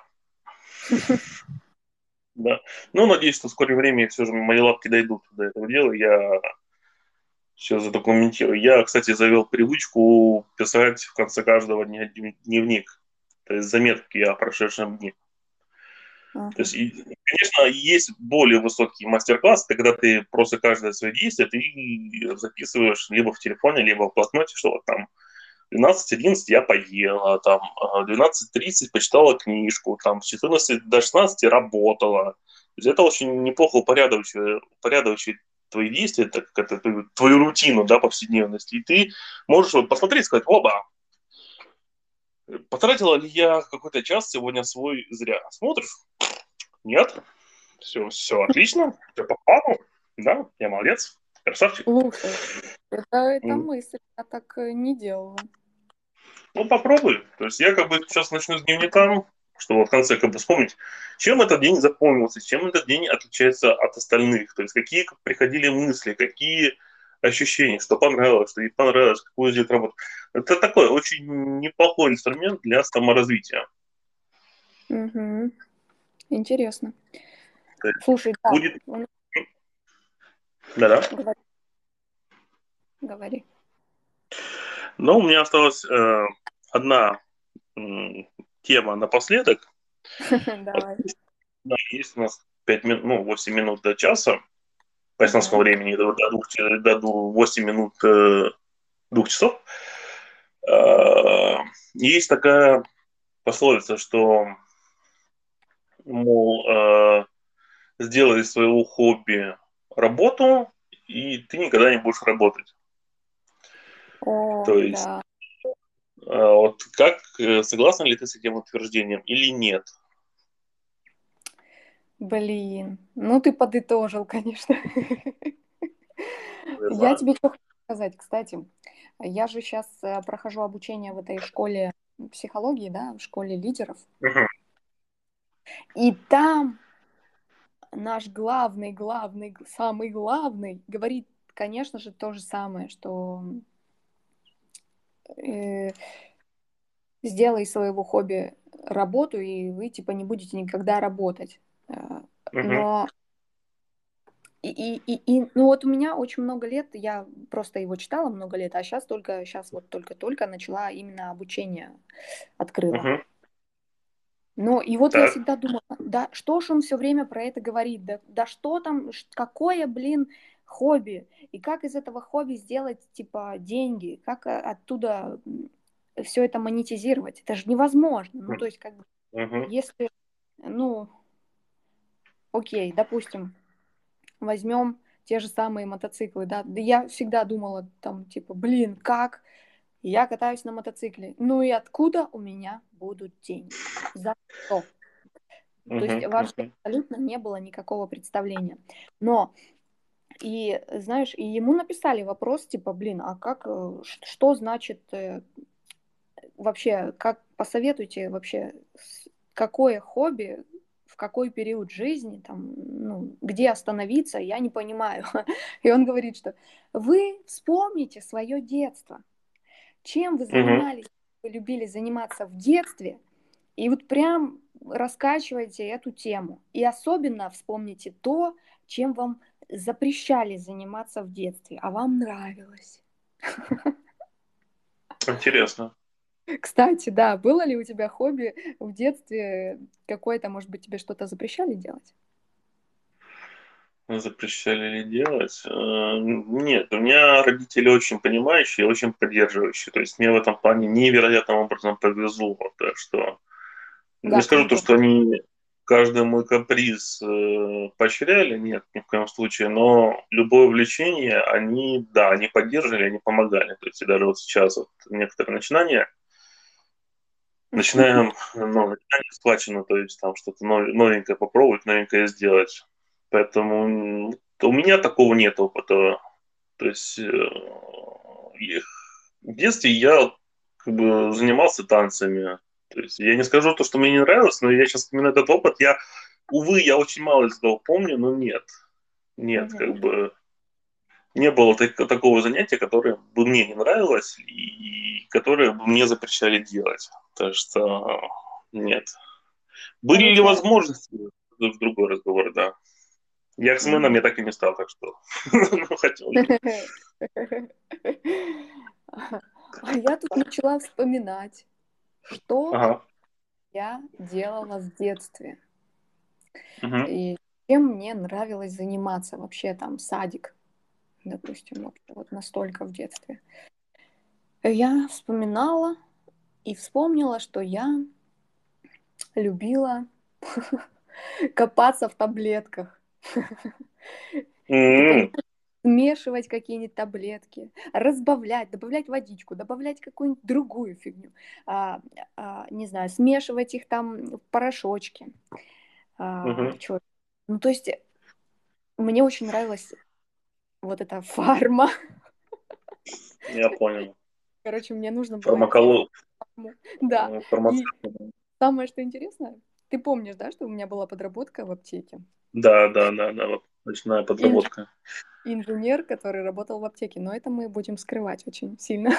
Да. Ну, надеюсь, что в скором времени все же мои лапки дойдут до этого дела. Я все задокументирую. Я, кстати, завел привычку писать в конце каждого дня дневник. То есть заметки о прошедшем дне. Ага. То есть, и, конечно, есть более высокий мастер-класс, когда ты просто каждое свое действие ты записываешь либо в телефоне, либо в блокноте, что вот там двенадцать одиннадцать я поела, там двенадцать тридцать почитала книжку, там с четырнадцати до шестнадцати работала. То есть это очень неплохо упорядочивает, упорядочивает твои действия, так как это твою рутину, да, повседневности. И ты можешь вот посмотреть и сказать, оба, потратила ли я какой-то час сегодня свой зря? Смотришь? Нет. Все, все отлично, все по плану, да, я молодец, красавчик. Слушай, это, это М. мысль, я так э, не делала. Ну, попробуй. То есть я как бы сейчас начну с дневника, чтобы в конце как бы вспомнить, чем этот день запомнился, чем этот день отличается от остальных. То есть какие приходили мысли, какие ощущения, что понравилось, что не понравилось, какую сделать работу. Это такой очень неплохой инструмент для саморазвития. Угу. Интересно. То есть Слушай, да, будет... он- Да-да. говори. Говори. Но у меня осталась э, одна м, тема напоследок. Давай. Да, есть у нас пять минут, ну, восемь минут до часа по эстонскому Ага. времени, до, до, двух, до восемь минут э, двух часов. Э, есть такая пословица, что, мол, э, сделай из своего хобби работу, и ты никогда не будешь работать. О, То есть, да. э, вот как, э, согласна ли ты с этим утверждением или нет? Блин, ну ты подытожил, конечно. Я Я знаю. тебе что хочу сказать, кстати. Я же сейчас прохожу обучение в этой школе психологии, да, в школе лидеров. Мгм. И там наш главный, главный, самый главный говорит, конечно же, то же самое, что э, сделай из своего хобби работу, и вы, типа, не будете никогда работать. Э, Мгм. Но и, и, и, и, ну вот у меня очень много лет, я просто его читала много лет, а сейчас только, сейчас вот только-только начала именно обучение, открыла. Мгм. Ну и вот я Так. всегда думала, да что ж он все время про это говорит, да, да что там, ш- какое, блин, хобби, и как из этого хобби сделать, типа, деньги, как э, оттуда все это монетизировать, это же невозможно, ну то есть как бы, Мгм. если, ну, окей, допустим, возьмем те же самые мотоциклы, да, да я всегда думала там, типа, блин, как я катаюсь на мотоцикле, ну и откуда у меня будут деньги, за что? То есть Мгм. вообще Мгм. абсолютно не было никакого представления. Но И, знаешь, и ему написали вопрос, типа, блин, а как, э, ш- что значит э, вообще, как посоветуйте вообще, с- какое хобби, в какой период жизни, там, ну, где остановиться, я не понимаю. И он говорит, что вы вспомните свое детство, чем вы Мгм. занимались, вы любили заниматься в детстве, и вот прям раскачивайте эту тему. И особенно вспомните то, чем вам запрещали заниматься в детстве, а вам нравилось. Интересно. Кстати, да, было ли у тебя хобби в детстве какое-то, может быть, тебе что-то запрещали делать? Запрещали ли делать? Э, Нет, у меня родители очень понимающие, очень поддерживающие. То есть мне в этом плане невероятным образом повезло. Так что не Да, скажу то, круто. что они каждый мой каприз э, поощряли, нет, ни в коем случае, но любое увлечение, они, да, они поддерживали, они помогали. То есть и даже вот сейчас вот некоторые начинания, начинаем, ну, начинание схвачено, то есть там что-то нов- новенькое попробовать, новенькое сделать. Поэтому м, у меня такого нет опыта. То есть э, и в детстве я как бы занимался танцами. То есть я не скажу то, что мне не нравилось, но я сейчас именно этот опыт, я, увы, я очень мало из этого помню, но нет, нет, как Мгм. бы не было так- такого занятия, которое бы мне не нравилось и которое бы мне запрещали делать. Так что нет. Были ли Короче, возможности? Это другой разговор, да. Я к сменам мгм. я так и не стал, так что ну, хотел бы. А я тут начала вспоминать, что Ага. я делала в детстве. Мгм. И чем мне нравилось заниматься вообще там садик, допустим, вообще вот настолько в детстве. Я вспоминала и вспомнила, что я любила копаться в таблетках. Ты М. понимаешь, смешивать какие-нибудь таблетки, разбавлять, добавлять водичку, добавлять какую-нибудь другую фигню, а, а, не знаю, смешивать их там в порошочки. А, Мгм. чё? Ну, то есть мне очень нравилась вот эта фарма. Я понял. Короче, мне нужно было идти в Фармаколог. фарму. Да, и Фармацевт. самое, что интересно, ты помнишь, да, что у меня была подработка в аптеке? Да, да, да, да. Вот ночная Инж- подработка. инженер, который работал в аптеке, но это мы будем скрывать очень сильно.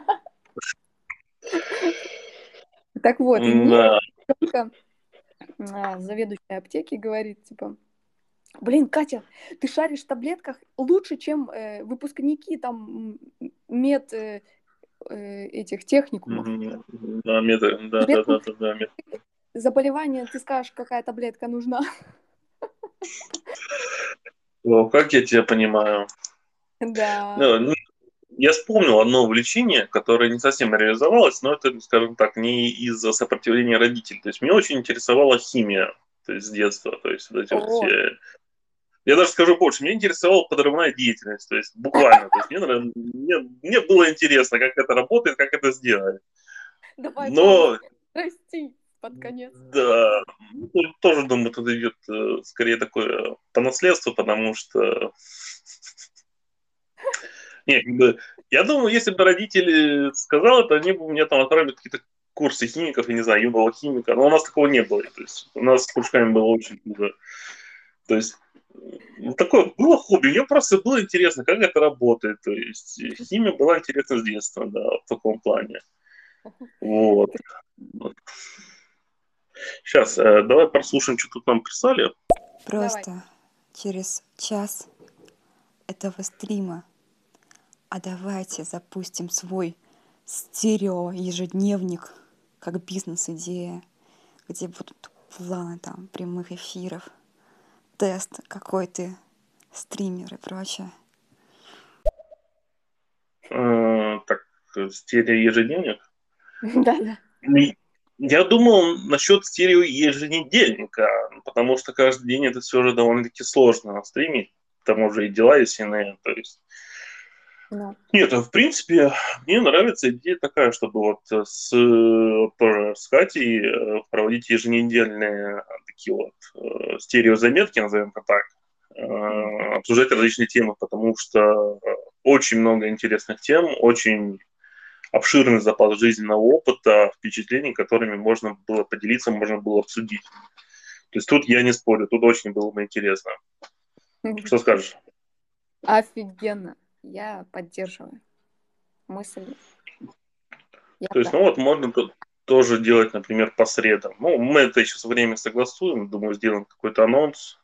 Так вот, и мне Да. только а, заведующая аптеки говорит, типа, блин, Катя, ты шаришь в таблетках лучше, чем э, выпускники там м, мед э, э, этих техникумов. Мгм. Да, метод. Да, да, Таблетку да, да, да. мет- заболевания, ты скажешь, какая таблетка нужна. О, как я тебя понимаю. Да. Ну, ну, я вспомнил одно увлечение, которое не совсем реализовалось, но это, скажем так, не из-за сопротивления родителей. То есть меня очень интересовала химия, то есть с детства. То есть вот эти вот О, все. Я даже скажу больше, меня интересовала подрывная деятельность, то есть буквально, то есть мне, нрав- мне, мне было интересно, как это работает, как это сделать. давай прям Но, расти под конец. да, ну, то- тоже думаю, тут идет э, скорее такое по наследству, потому что, не, как бы, я думаю, если бы родители сказали, то они бы меня там отправили в какие-то курсы химиков, я не знаю, юного химика, но у нас такого не было, то есть у нас с кружками было очень много. То есть ну, такое было хобби. Мне просто было интересно, как это работает. То есть э, химия была интересна с детства, да, в таком плане. Вот. Сейчас, э, давай прослушаем, что тут нам прислали. Давай. Просто через час этого стрима, а давайте запустим свой стерео-ежедневник как бизнес-идея, где будут планы там прямых эфиров, тест, какой ты стример и прочее. Э, так, э, стереоежедневник. Да-да. И Я думал насчет стерео еженедельника, потому что каждый день это все же довольно-таки сложно стримить. К тому же и дела есть иные. То есть Ну. нет, а в принципе, мне нравится идея такая, чтобы вот с, вот тоже с Катей э, проводить еженедельные такие вот э, стереозаметки, назовем это так, э, обсуждать различные темы, потому что очень много интересных тем, очень обширный запас жизненного опыта, впечатлений, которыми можно было поделиться, можно было обсудить. То есть тут я не спорю, тут очень было бы интересно. Что скажешь? Офигенно. Я поддерживаю мысль. Я То есть, да. ну вот можно тут тоже делать, например, по средам. Ну, мы это еще со временем согласуем, думаю, сделаем какой-то анонс.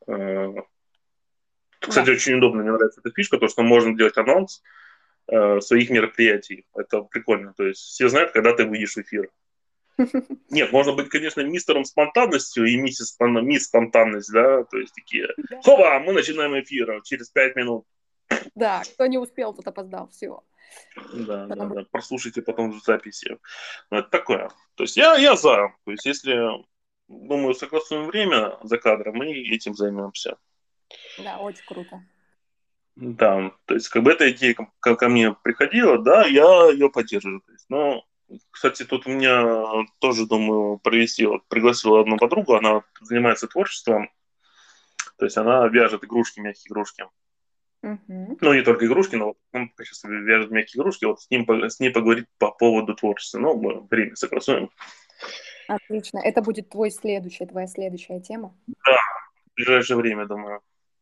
Кстати, Да. очень удобно, мне нравится эта фишка, то, что можно делать анонс э, своих мероприятий. Это прикольно. То есть все знают, когда ты выйдешь в эфир. Нет, можно быть, конечно, мистером спонтанностью и миссис спон... мисс спонтанность, да, то есть такие, Да. хоба, мы начинаем эфир через пять минут. Да, кто не успел, тот опоздал, все. Да, Потому- да, да, прослушайте потом в записи. Ну, это такое. То есть я, я за. То есть если, думаю, согласуем время за кадром, мы этим займемся. Да, очень круто. Да, то есть как бы эта идея ко, ко мне приходила, да, я ее поддерживаю. То есть, но, кстати, тут у меня тоже, думаю, провести, вот пригласила одну подругу, она занимается творчеством, то есть она вяжет игрушки, мягкие игрушки. Мгм. Ну, не только игрушки, но вот он сейчас вяжет мягкие игрушки, вот с, ним, с ней поговорить по поводу творчества. Ну, мы время согласуем. Отлично. Это будет твой следующий, твоя следующая тема. Да, в ближайшее время, думаю.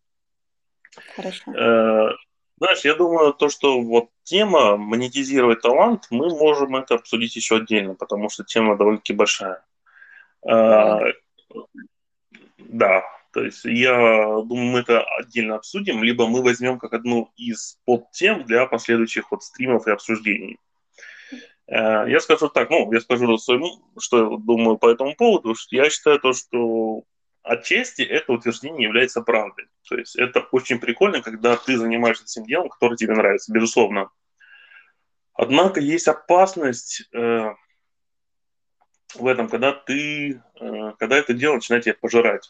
Хорошо. Э, Знаешь, я думаю, то, что вот тема монетизировать талант, мы можем это обсудить еще отдельно, потому что тема довольно-таки большая. Э, Ой, Да, то есть я думаю, мы это отдельно обсудим, либо мы возьмем как одну из подтем для последующих вот стримов и обсуждений. Э, Я скажу так, ну, я скажу своему, что я думаю по этому поводу, что я считаю то, что отчасти это утверждение является правдой. То есть это очень прикольно, когда ты занимаешься тем делом, которое тебе нравится, безусловно. Однако есть опасность э, в этом, когда ты, э, когда это дело начинает тебя пожирать.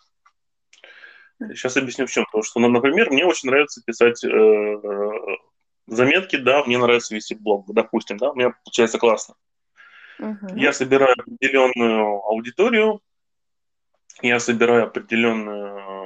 Сейчас объясню в чем. Потому что, ну, например, мне очень нравится писать э, заметки, да, мне нравится вести блог, допустим, да, у меня получается классно. мгм. Я собираю определенную аудиторию, я собираю определенную,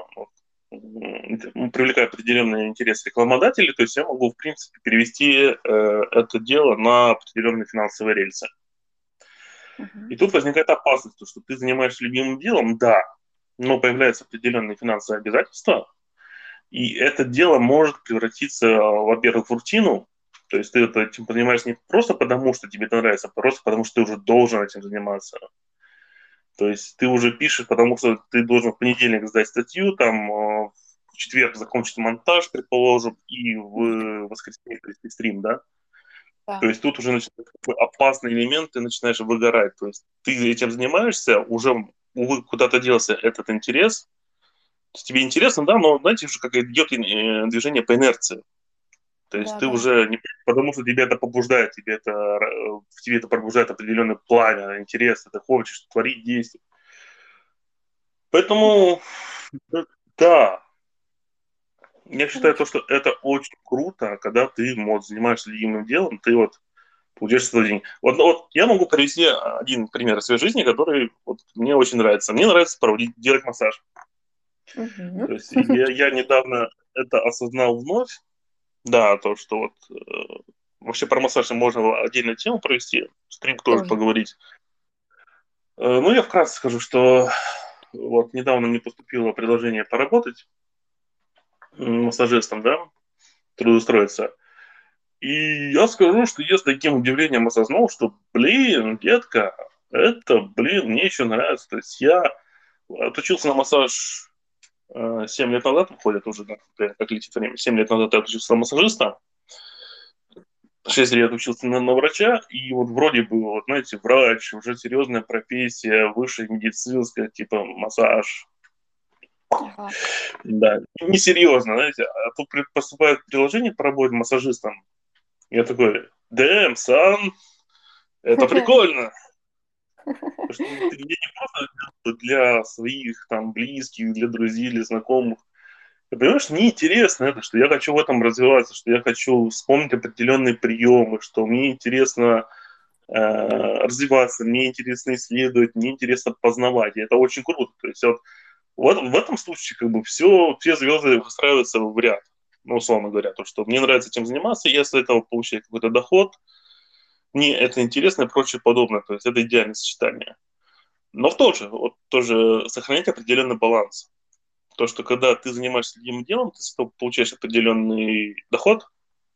м, привлекаю определенный интерес рекламодателей, то есть я могу, в принципе, перевести э, это дело на определенные финансовые рельсы. Мгм. И тут возникает опасность, что ты занимаешься любимым делом, да, но появляются определенные финансовые обязательства, и это дело может превратиться, во-первых, в рутину, то есть ты этим занимаешься не просто потому, что тебе это нравится, а просто потому, что ты уже должен этим заниматься. То есть ты уже пишешь, потому что ты должен в понедельник сдать статью, там э, в четверг закончить монтаж, предположим, и в воскресенье провести стрим, да? Да. То есть тут уже начинает такой опасный элемент, ты начинаешь выгорать. То есть ты этим занимаешься, уже, увы, куда-то делся этот интерес. То есть тебе интересно, да, но знаете, уже как идет э, движение по инерции. То есть Да, ты да. уже не потому, что тебя это побуждает, тебе это, э, в тебе это пробуждает определенное пламя, интерес, ты хочешь творить действия. Поэтому, э, да, я считаю то, что это очень круто, когда ты вот, занимаешься любимым делом, ты вот получаешь свой день. Вот, ну, вот я могу привести один пример из своей жизни, который вот, мне очень нравится. Мне нравится проводить, делать массаж. Мгм. То есть я, я недавно это осознал вновь, да, то, что вот э, вообще про массаж можно отдельную тему провести, стрим тоже Тоже. поговорить. Э, ну, я вкратце скажу, что вот недавно мне поступило предложение поработать м, массажистом, да, трудоустроиться. И я скажу, что я с таким удивлением осознал, что, блин, детка, это, блин, мне еще нравится. То есть я отучился на массаж э, семь лет назад, уходит уже, да, как летит время, семь лет назад я отучился на массажиста, шесть лет учился на, на врача, и вот вроде бы, вот, знаете, врач, уже серьезная профессия, высшая медицинская, типа массаж. Ага. Да, несерьезно, знаете, а тут поступает приложение по работе массажистом. Я такой, damn, son, это прикольно. Потому что ты, я не просто для своих там близких, для друзей, для знакомых. Ты понимаешь, что мне интересно это, что я хочу в этом развиваться, что я хочу вспомнить определенные приемы, что мне интересно э, развиваться, мне интересно исследовать, мне интересно познавать. И это очень круто. То есть вот Вот в этом случае как бы все, все звезды выстраиваются в ряд. Ну, условно говоря, то, что мне нравится этим заниматься, я с этого получаю какой-то доход, мне это интересно и прочее подобное. То есть это идеальное сочетание. Но в то же, вот тоже сохранять определенный баланс. То, что когда ты занимаешься любимым делом, ты с этого получаешь определенный доход,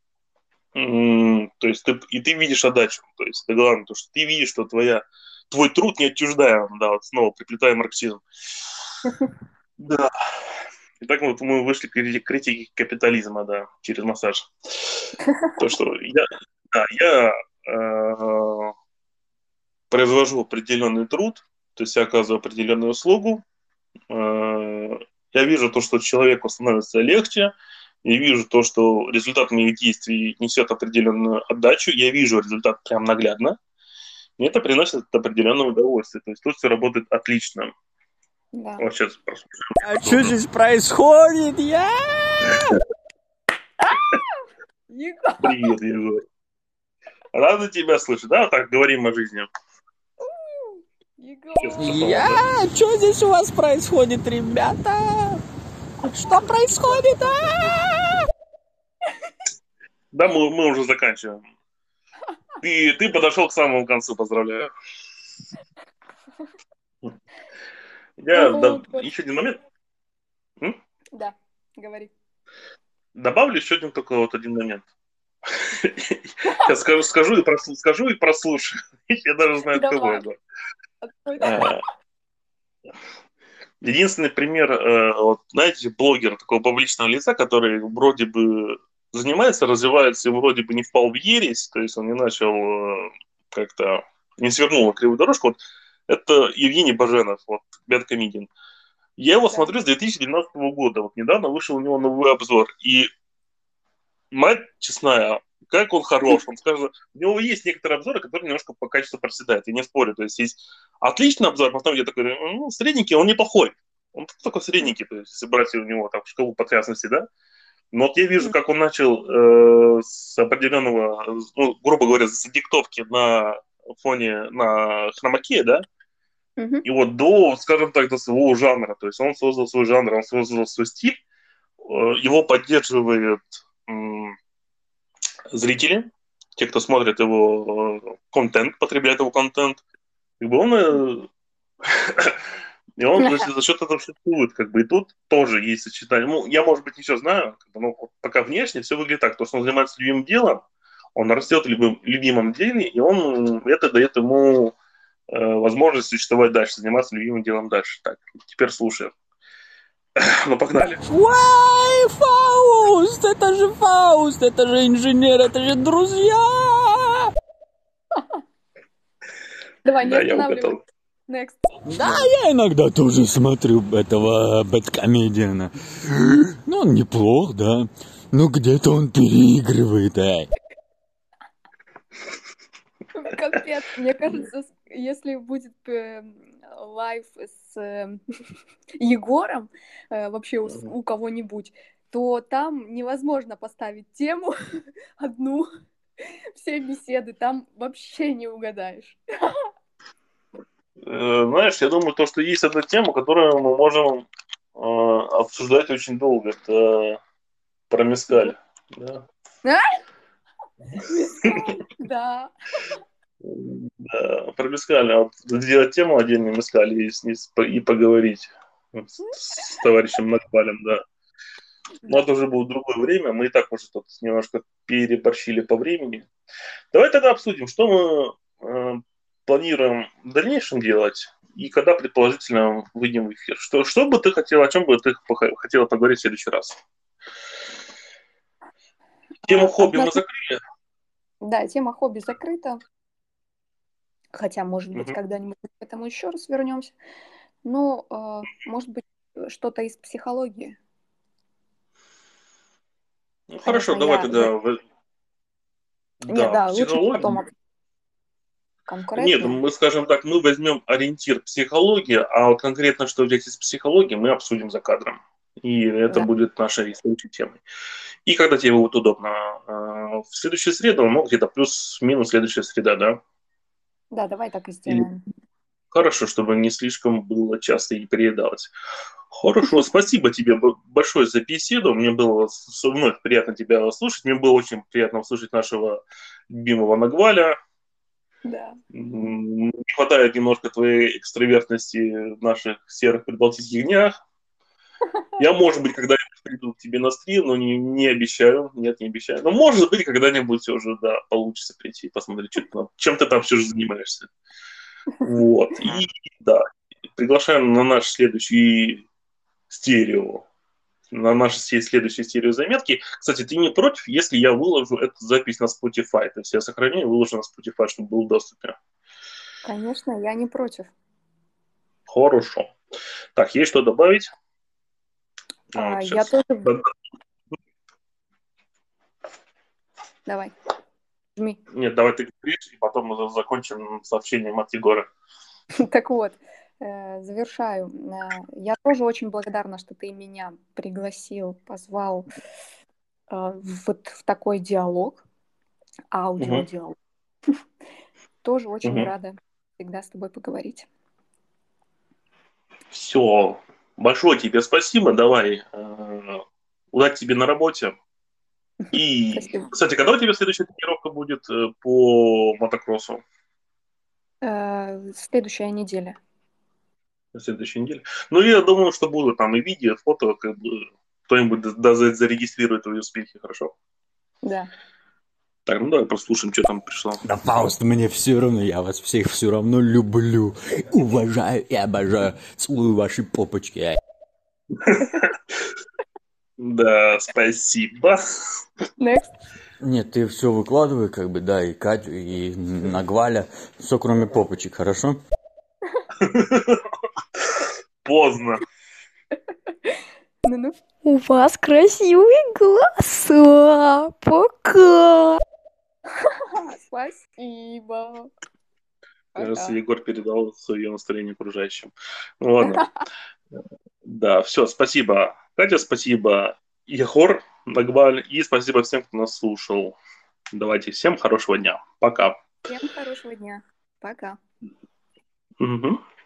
м, то есть ты, и ты видишь отдачу. То есть это главное, то, что ты видишь, что твоя, твой труд не отчуждаем, да, вот снова приплетаем марксизм. Да. Итак, вот мы вышли к крити- критике капитализма, да, через массаж. То, что я, да, я э, произвожу определенный труд, то есть я оказываю определенную услугу, э, я вижу то, что человеку становится легче, я вижу то, что результат моих действий несет определенную отдачу, я вижу результат прям наглядно, и это приносит определенное удовольствие. То есть тут все работает отлично. Да. Вот сейчас прослушаем. А что здесь происходит? Я... Егор! Привет, Егор. Рада тебя слышать, да? Так говорим о жизни. Егор! Сейчас что Я... Что здесь у вас происходит, ребята? Что происходит, а? Да, мы, мы уже заканчиваем. Ты, ты подошел к самому концу, поздравляю. Я Ого, да, вот. еще один момент. М? Да, говори. Добавлю еще один только вот один момент. Сейчас скажу, скажу, и прослушаю, скажу и прослушаю. Я даже знаю, какой Давай. это. А, Единственный пример, э, вот, знаете, блогер такого публичного лица, который вроде бы занимается, развивается и вроде бы не впал в ересь, то есть он не начал э, как-то, не свернул на кривую дорожку, вот, это Евгений Баженов, вот, бэдкомедиан. Я его Да. смотрю с две тысячи двенадцатого года, вот недавно вышел у него новый обзор, и мать честная, как он хорош, он скажет, у него есть некоторые обзоры, которые немножко по качеству проседают, я не спорю, то есть есть отличный обзор, потом я такой, ну, средненький, он неплохой, он такой средненький, то есть если брать у него там шкалу потрясности, да, но вот я вижу, как он начал э, с определенного, ну, грубо говоря, с диктовки на фоне, на хромаке, да, Мгм. и вот до, скажем так, до своего жанра, то есть он создал свой жанр, он создал свой стиль, э, его поддерживает м, зрители, те, кто смотрит его э, контент, потребляет его контент, как бы он, э, и он за, за счет этого существует, как бы, и тут тоже есть сочетание. Ну, я, может быть, не все знаю, как бы, но вот пока внешне все выглядит так, то, что он занимается любимым делом, он растет в любым, любимом деле, и он, это дает ему э, возможность существовать дальше, заниматься любимым делом дальше. Так, теперь слушаем. Ну, погнали. Уай, Фауст! Это же Фауст! Это же инженер! Это же друзья! Давай, не Да, я останавливай. угадал. Next. Да, я иногда тоже смотрю этого бэдкомедиана. Ну, он неплох, да. Но где-то он переигрывает, эй. Капец, мне кажется, с- если будет э, лайв с э, Егором, э, вообще у, с- у кого-нибудь, то там невозможно поставить тему одну, все беседы, там вообще не угадаешь. Э, Знаешь, я думаю, то, что есть одна тема, которую мы можем э, обсуждать очень долго. Это про мескаль. Да. Мескаль, да. Да, про мескаль. А вот сделать тему отдельно мескаль и, с- и с- и поговорить с, с товарищем Наквалем, да. Но это уже будет другое время. Мы и так уже тут немножко переборщили по времени. Давай тогда обсудим, что мы э, планируем в дальнейшем делать и когда предположительно выйдем в эфир. Что, что бы ты хотела, о чем бы ты пох- хотела поговорить в следующий раз? Тему А, хобби одна- мы закрыли. Да, тема хобби закрыта. Хотя, может быть, Мгм. когда-нибудь к этому еще раз вернемся. Но, э, может быть, что-то из психологии. Ну хорошо, Конечно, давай я... тогда. в- Нет, Да, да, лучше психология. потом об- Нет, конкретно. мы скажем так, мы возьмем ориентир психологии, а вот конкретно что взять из психологии, мы обсудим за кадром. И это Да. будет нашей следующей темой. И когда тебе будет удобно. э, В следующую среду, ну, где-то плюс-минус следующая среда, да? Да, давай так и Или сделаем. Хорошо, чтобы не слишком было часто и переедалось. Хорошо, спасибо тебе б- большое за беседу. Мне было с- вновь приятно тебя слушать. Мне было очень приятно услышать нашего любимого Нагваля. Да. М, Не хватает немножко твоей экстравертности в наших серых прибалтийских днях. Я, может быть, когда-нибудь приду к тебе на стрим, но не, не обещаю. Нет, не обещаю. Но, может быть, когда-нибудь все же, да, получится прийти и посмотреть, что ты там- чем ты там все же занимаешься. Вот. И, да, приглашаем на наш следующий стерео. На наши все следующие стереозаметки. Кстати, ты не против, если я выложу эту запись на Spotify? То есть я сохраню и выложу на Spotify, чтобы был доступ. Конечно, я не против. Хорошо. Так, есть что добавить? А, А, вот я сейчас. тоже... Давай, жми. Нет, давай ты говоришь, и потом мы закончим сообщением от Егора. Так вот, э, завершаю. Э, Я тоже очень благодарна, что ты меня пригласил, позвал э, вот в такой диалог, Угу. аудиодиалог. Тоже очень Угу. рада всегда с тобой поговорить. Все. Большое тебе спасибо. Давай. э, Удачи тебе на работе. И, Спасибо. кстати, когда у тебя следующая тренировка будет э, по мотокроссу? Э, Следующая неделя. На следующей неделе? Ну, я думаю, что будут там и видео, фото, как бы кто-нибудь да- да за- зарегистрирует твои успехи, хорошо? Да. Так, ну давай послушаем, что там пришло. Да, Фауст, мне все равно, я вас всех все равно люблю, уважаю и обожаю. Целую ваши попочки. Да, спасибо. Next. Нет, ты все выкладывай, как бы, да, и Катю, и Нагваля, все кроме попочек, хорошо? Поздно. Ну-ну. У вас красивые глаза. Пока. Спасибо. Кажется, Пока. Егор передал свое настроение окружающим. Ну ладно. Да, все, спасибо. Катя, спасибо. Егор, Нагваль, и спасибо всем, кто нас слушал. Давайте, всем хорошего дня. Пока. Всем хорошего дня. Пока. Мгм.